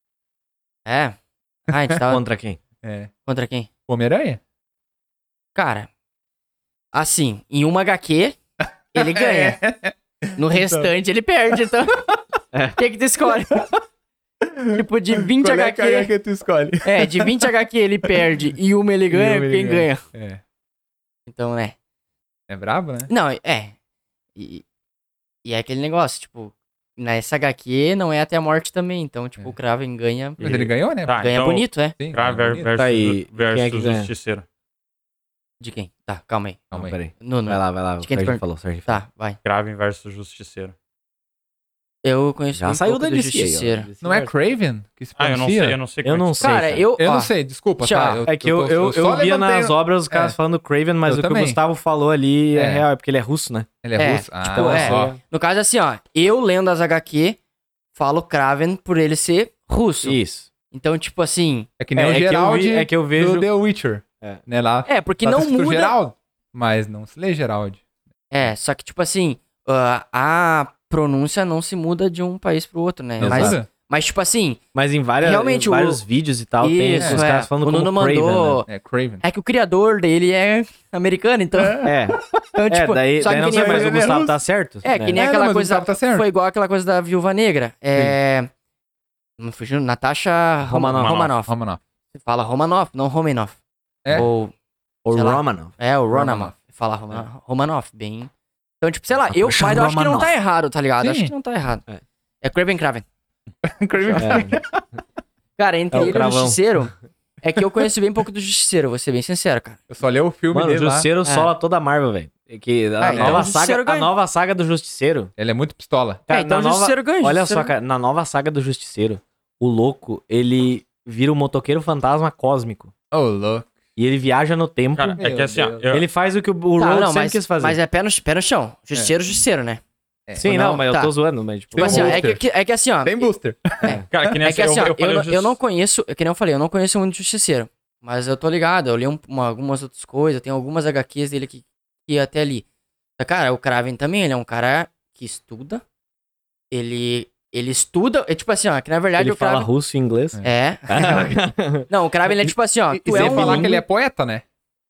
É. Ah, a gente tava... Contra quem? É. Contra quem? Homem-Aranha? Cara, assim, em uma H Q, ele ganha. É. No restante, ele perde, então. O que que tu escolhe? Tipo, de vinte Qual é que é a H Q... H Q tu escolhe? É, de vinte H Q ele perde e uma ele ganha, E uma ele quem ganha? ganha. É. Então, né? É brabo, né? Não, é. E, e é aquele negócio, tipo, nessa H Q não é até a morte também. Então, tipo, É. o Kraven ganha. Mas ele ganhou, né? Tá, Ganha então, bonito, é? Sim, Kraven ganhou bonito. versus, Tá aí, versus quem é que ganha? Justiceiro. De quem? Tá, calma aí. Calma Não, aí. peraí. Nuno. Vai lá, vai lá. O De quem tu Sérgio pergunta? falou, Sérgio. Tá, vai. Kraven versus Justiceiro. Eu conheço Já bem saiu pouco da do lista aí, ó. Justiceiro. Não é Craven que se Ah, eu não pronuncia? sei, eu não sei Eu como é não que sei. Cara, cara. eu... Eu ó, não sei, desculpa, Tchau. tá? É que eu, eu, eu, só via levantei- nas obras os caras É. falando Craven, mas Eu o que também. o Gustavo falou ali é. É. real, é porque ele é russo, né? Ele é, É, russo? Ah, tipo, olha é. só. No caso, assim, ó, eu lendo as H Q, falo Kraven por ele ser russo. Isso. Então, tipo assim, É que nem É, o é que eu Gerald vi- é que eu vejo- do The Witcher. É. Né, lá. é, porque Lá tá não escrito muda. Gerald, mas não se lê Gerald. É, só que, tipo assim, ah, a pronúncia não se muda de um país pro outro, né? Não Mas, muda? mas, tipo assim, Mas em, várias, Realmente, em o- vários vídeos e tal, tem isso, os é. caras falando O como Nuno Craven, mandou. É Craven. É que o criador dele é americano, então. né? É, então, é tipo, daí, só daí que não que sei, nem, mas o ele é Gustavo russo. tá certo. É, que nem É, não, aquela mas o coisa. Gustavo tá certo. Foi igual aquela coisa da Viúva Negra. É. Não fugiu? Natasha Romanoff. Romanoff. Romanoff. Você fala Romanoff, não Romanoff. É? Ou. O sei lá. Romanov. É, o Romanoff. Romanoff. Fala Roma- Romanoff, bem. Então, tipo, sei lá, Só eu, puxa mas eu acho que não Romanoff. tá errado, tá ligado? Sim. Acho que não tá errado. É. É Craven Kraven. Craven. É. Cara, entre É o ele e o cravão. Justiceiro, é que eu conheço bem pouco do Justiceiro, vou ser bem sincero, cara. Eu só li o filme Mano, o dele lá. Justiceiro sola toda a Marvel, velho. É que a, Ah, então nova o Justiceiro saga, a ganha. nova saga do Justiceiro. Ele é muito pistola. Cara, é, então na o nova- Justiceiro ganha. Olha Justiceiro só, cara, na nova saga do Justiceiro, o louco, ele vira um motoqueiro fantasma cósmico. Ô, louco. E ele viaja no tempo. Cara, é Meu que assim, ó, Deus. eu- Ele faz o que o, o Tá, Rogue não, sempre mas, quis fazer. mas é pé no, pé no chão. Justiceiro, Justiceiro, né? É. Sim, Ou não, não? mas Tá. eu tô zoando, mas tipo... Tipo assim, ó, é booster. que, é que assim, ó. Tem booster. cara, que nem É que assim, assim, ó, eu, eu, eu falei não- o eu não Justi- conheço, é que nem eu falei, eu não conheço muito Justiceiro. Mas eu tô ligado, eu li um- uma- algumas outras coisas, tem algumas H Qs dele que, que até ali. Cara, o Kraven também, ele é um cara que estuda. Ele, ele estuda, é tipo assim, ó, que na verdade Ele o fala Kraven... russo e inglês. É. Não, o Kraven, ele é tipo assim, ó, E, tu e é sem um... falar que ele é poeta, né?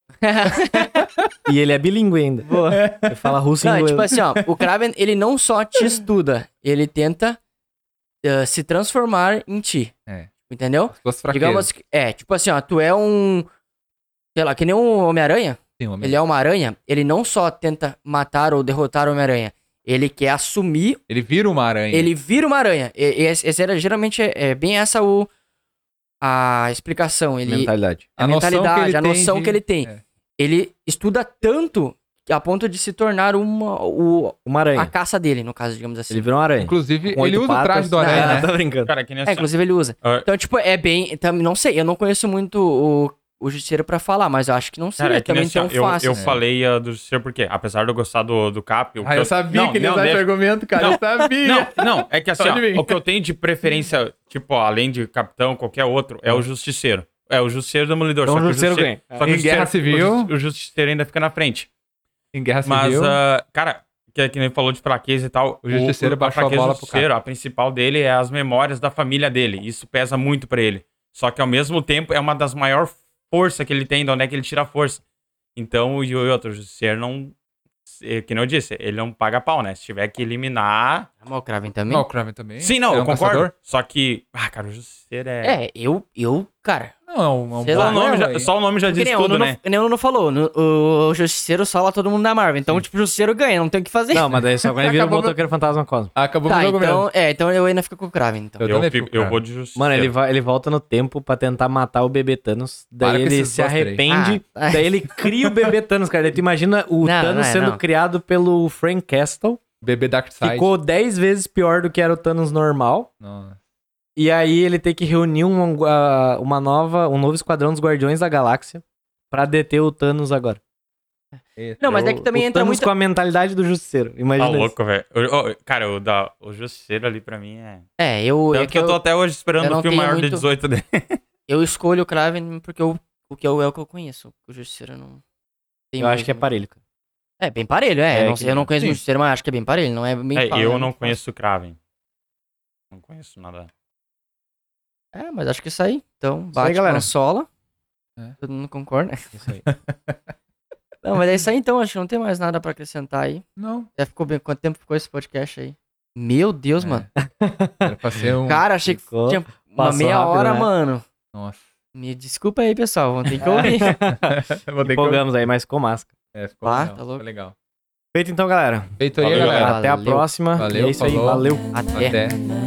E ele é bilíngue ainda. Ele fala russo e Não, é inglês. tipo assim, ó, o Kraven, ele não só te estuda, ele tenta eh, se transformar em ti. É. Entendeu? As suas fraquezas. Digamos que, é, tipo assim, ó, tu é um, sei lá, que nem um Homem-Aranha, Sim, homem. ele é uma aranha, ele não só tenta matar ou derrotar o Homem-Aranha, ele quer assumir, Ele vira uma aranha. ele vira uma aranha. E, e esse, esse era, geralmente, é, é bem essa o, a explicação. Ele, Mentalidade. a, A noção que mentalidade, ele a tem noção de- que ele tem. é. Ele estuda tanto a ponto de se tornar uma, o, Uma a aranha. caça dele, no caso, digamos assim. Ele virou uma aranha. Inclusive, Com ele oito usa o traje patas. do aranha, Não, né? Tô brincando. Cara, que nem É, assim, inclusive ele usa. Ah. Então, tipo, é bem. Tam, não sei, eu não conheço muito o, o Justiceiro pra falar, mas eu acho que não seria Cara, é que nem também assim, ó, tão eu, fácil. eu falei uh, do Justiceiro porque, apesar de eu gostar do, do Cap... o Ah, que eu sabia não, que ele ia não, usar esse deixa- argumento, cara. Não, eu sabia. Não, não, é que assim, Pode vir. ó, o que eu tenho de preferência, tipo, ó, além de Capitão, qualquer outro, é o Justiceiro. É o Justiceiro do Demolidor. Então só o que Justiceiro Justiceiro- ganha. Só que Em o Justiceiro- Guerra Civil- o Justi- o Justiceiro ainda fica na frente. Em Guerra Mas, Civil, ah, cara, que, que nem falou de fraqueza e tal. O Justiceiro baixou a fraqueza bola do pro Justiceiro, a principal dele é as memórias da família dele. Isso pesa muito pra ele. Só que ao mesmo tempo é uma das maiores forças que ele tem, de onde é que ele tira a força. Então, e o outro, o Justiceiro não. é, Que nem eu disse, ele não paga pau, né? Se tiver que eliminar. Mas o Kraven também? não, o Kraven também. Sim, não, é eu um concordo. caçador? Só que. Ah, cara, o Justiceiro é. É, eu, eu, cara... Não, é um, é um Sei Só, lá, o nome não, já, velho. só o nome já Que diz nem o tudo, Nuno, né? que nem o Nuno falou, no- o Justiceiro sola todo mundo da Marvel. Então, tipo, o Justiceiro ganha, não tem o que fazer. Não, mas daí só quando ele vira o Acabou meu- motoqueiro fantasma cósmico. Acabou Tá, o jogo então, mesmo. é, então eu ainda fico com o Kraven, então. Eu Eu, também fico- fico, eu cara. vou de Justiceiro. Mano, ele, vai, ele volta no tempo pra tentar matar o bebê Thanos. Daí Para com ele esses se bosta aí. arrepende. Ah, daí ele cria o bebê Thanos, cara. Daí tu imagina o Não, Thanos não é, sendo não. criado pelo Frank Castle. Bebê Darkseid. Ficou dez vezes pior do que era o Thanos normal. Não. E aí ele tem que reunir um, uh, uma nova, um novo esquadrão dos Guardiões da Galáxia pra deter o Thanos agora. Não, mas é que também o entra Thanos muito... com a mentalidade do Justiceiro. Tá Imagina isso. louco, velho. O- o- Cara, o, da, o Justiceiro ali pra mim é. É, eu... é Tanto que eu tô até hoje eu esperando não o filme tenho maior de muito- dezoito dele. Eu escolho o Kraven porque eu, o que eu, é o que eu conheço. O Justiceiro não... tem Eu acho muito- que é parelho, cara. É, bem parelho, é. É, eu não, que- sei, eu não conheço sim. o Justiceiro, mas acho que é bem parelho. Não é bem É, fácil, eu é não muito conheço o Kraven. Não conheço nada. fácil. É, mas acho que isso aí. Então, Isso aí, Batman galera. sola. É. Todo mundo concorda. Isso aí. Não, mas é isso aí então. Acho que não tem mais nada pra acrescentar aí. Não. Já ficou bem... Quanto tempo ficou esse podcast aí? Meu Deus, É. mano. Era pra ser um... Cara, achei que Ficou- tinha uma passou meia rápido, hora, né? mano. Nossa. Me desculpa aí, pessoal. Vão ter que ouvir. Vou ter que... Empolgamos aí, mas com máscara. É, ficou Ah, legal. tá louco. Ficou legal. Feito então, galera. Feito aí, Valeu, galera. galera. Até a Valeu. próxima. Valeu, e é isso aí. falou. Valeu. Até. Até.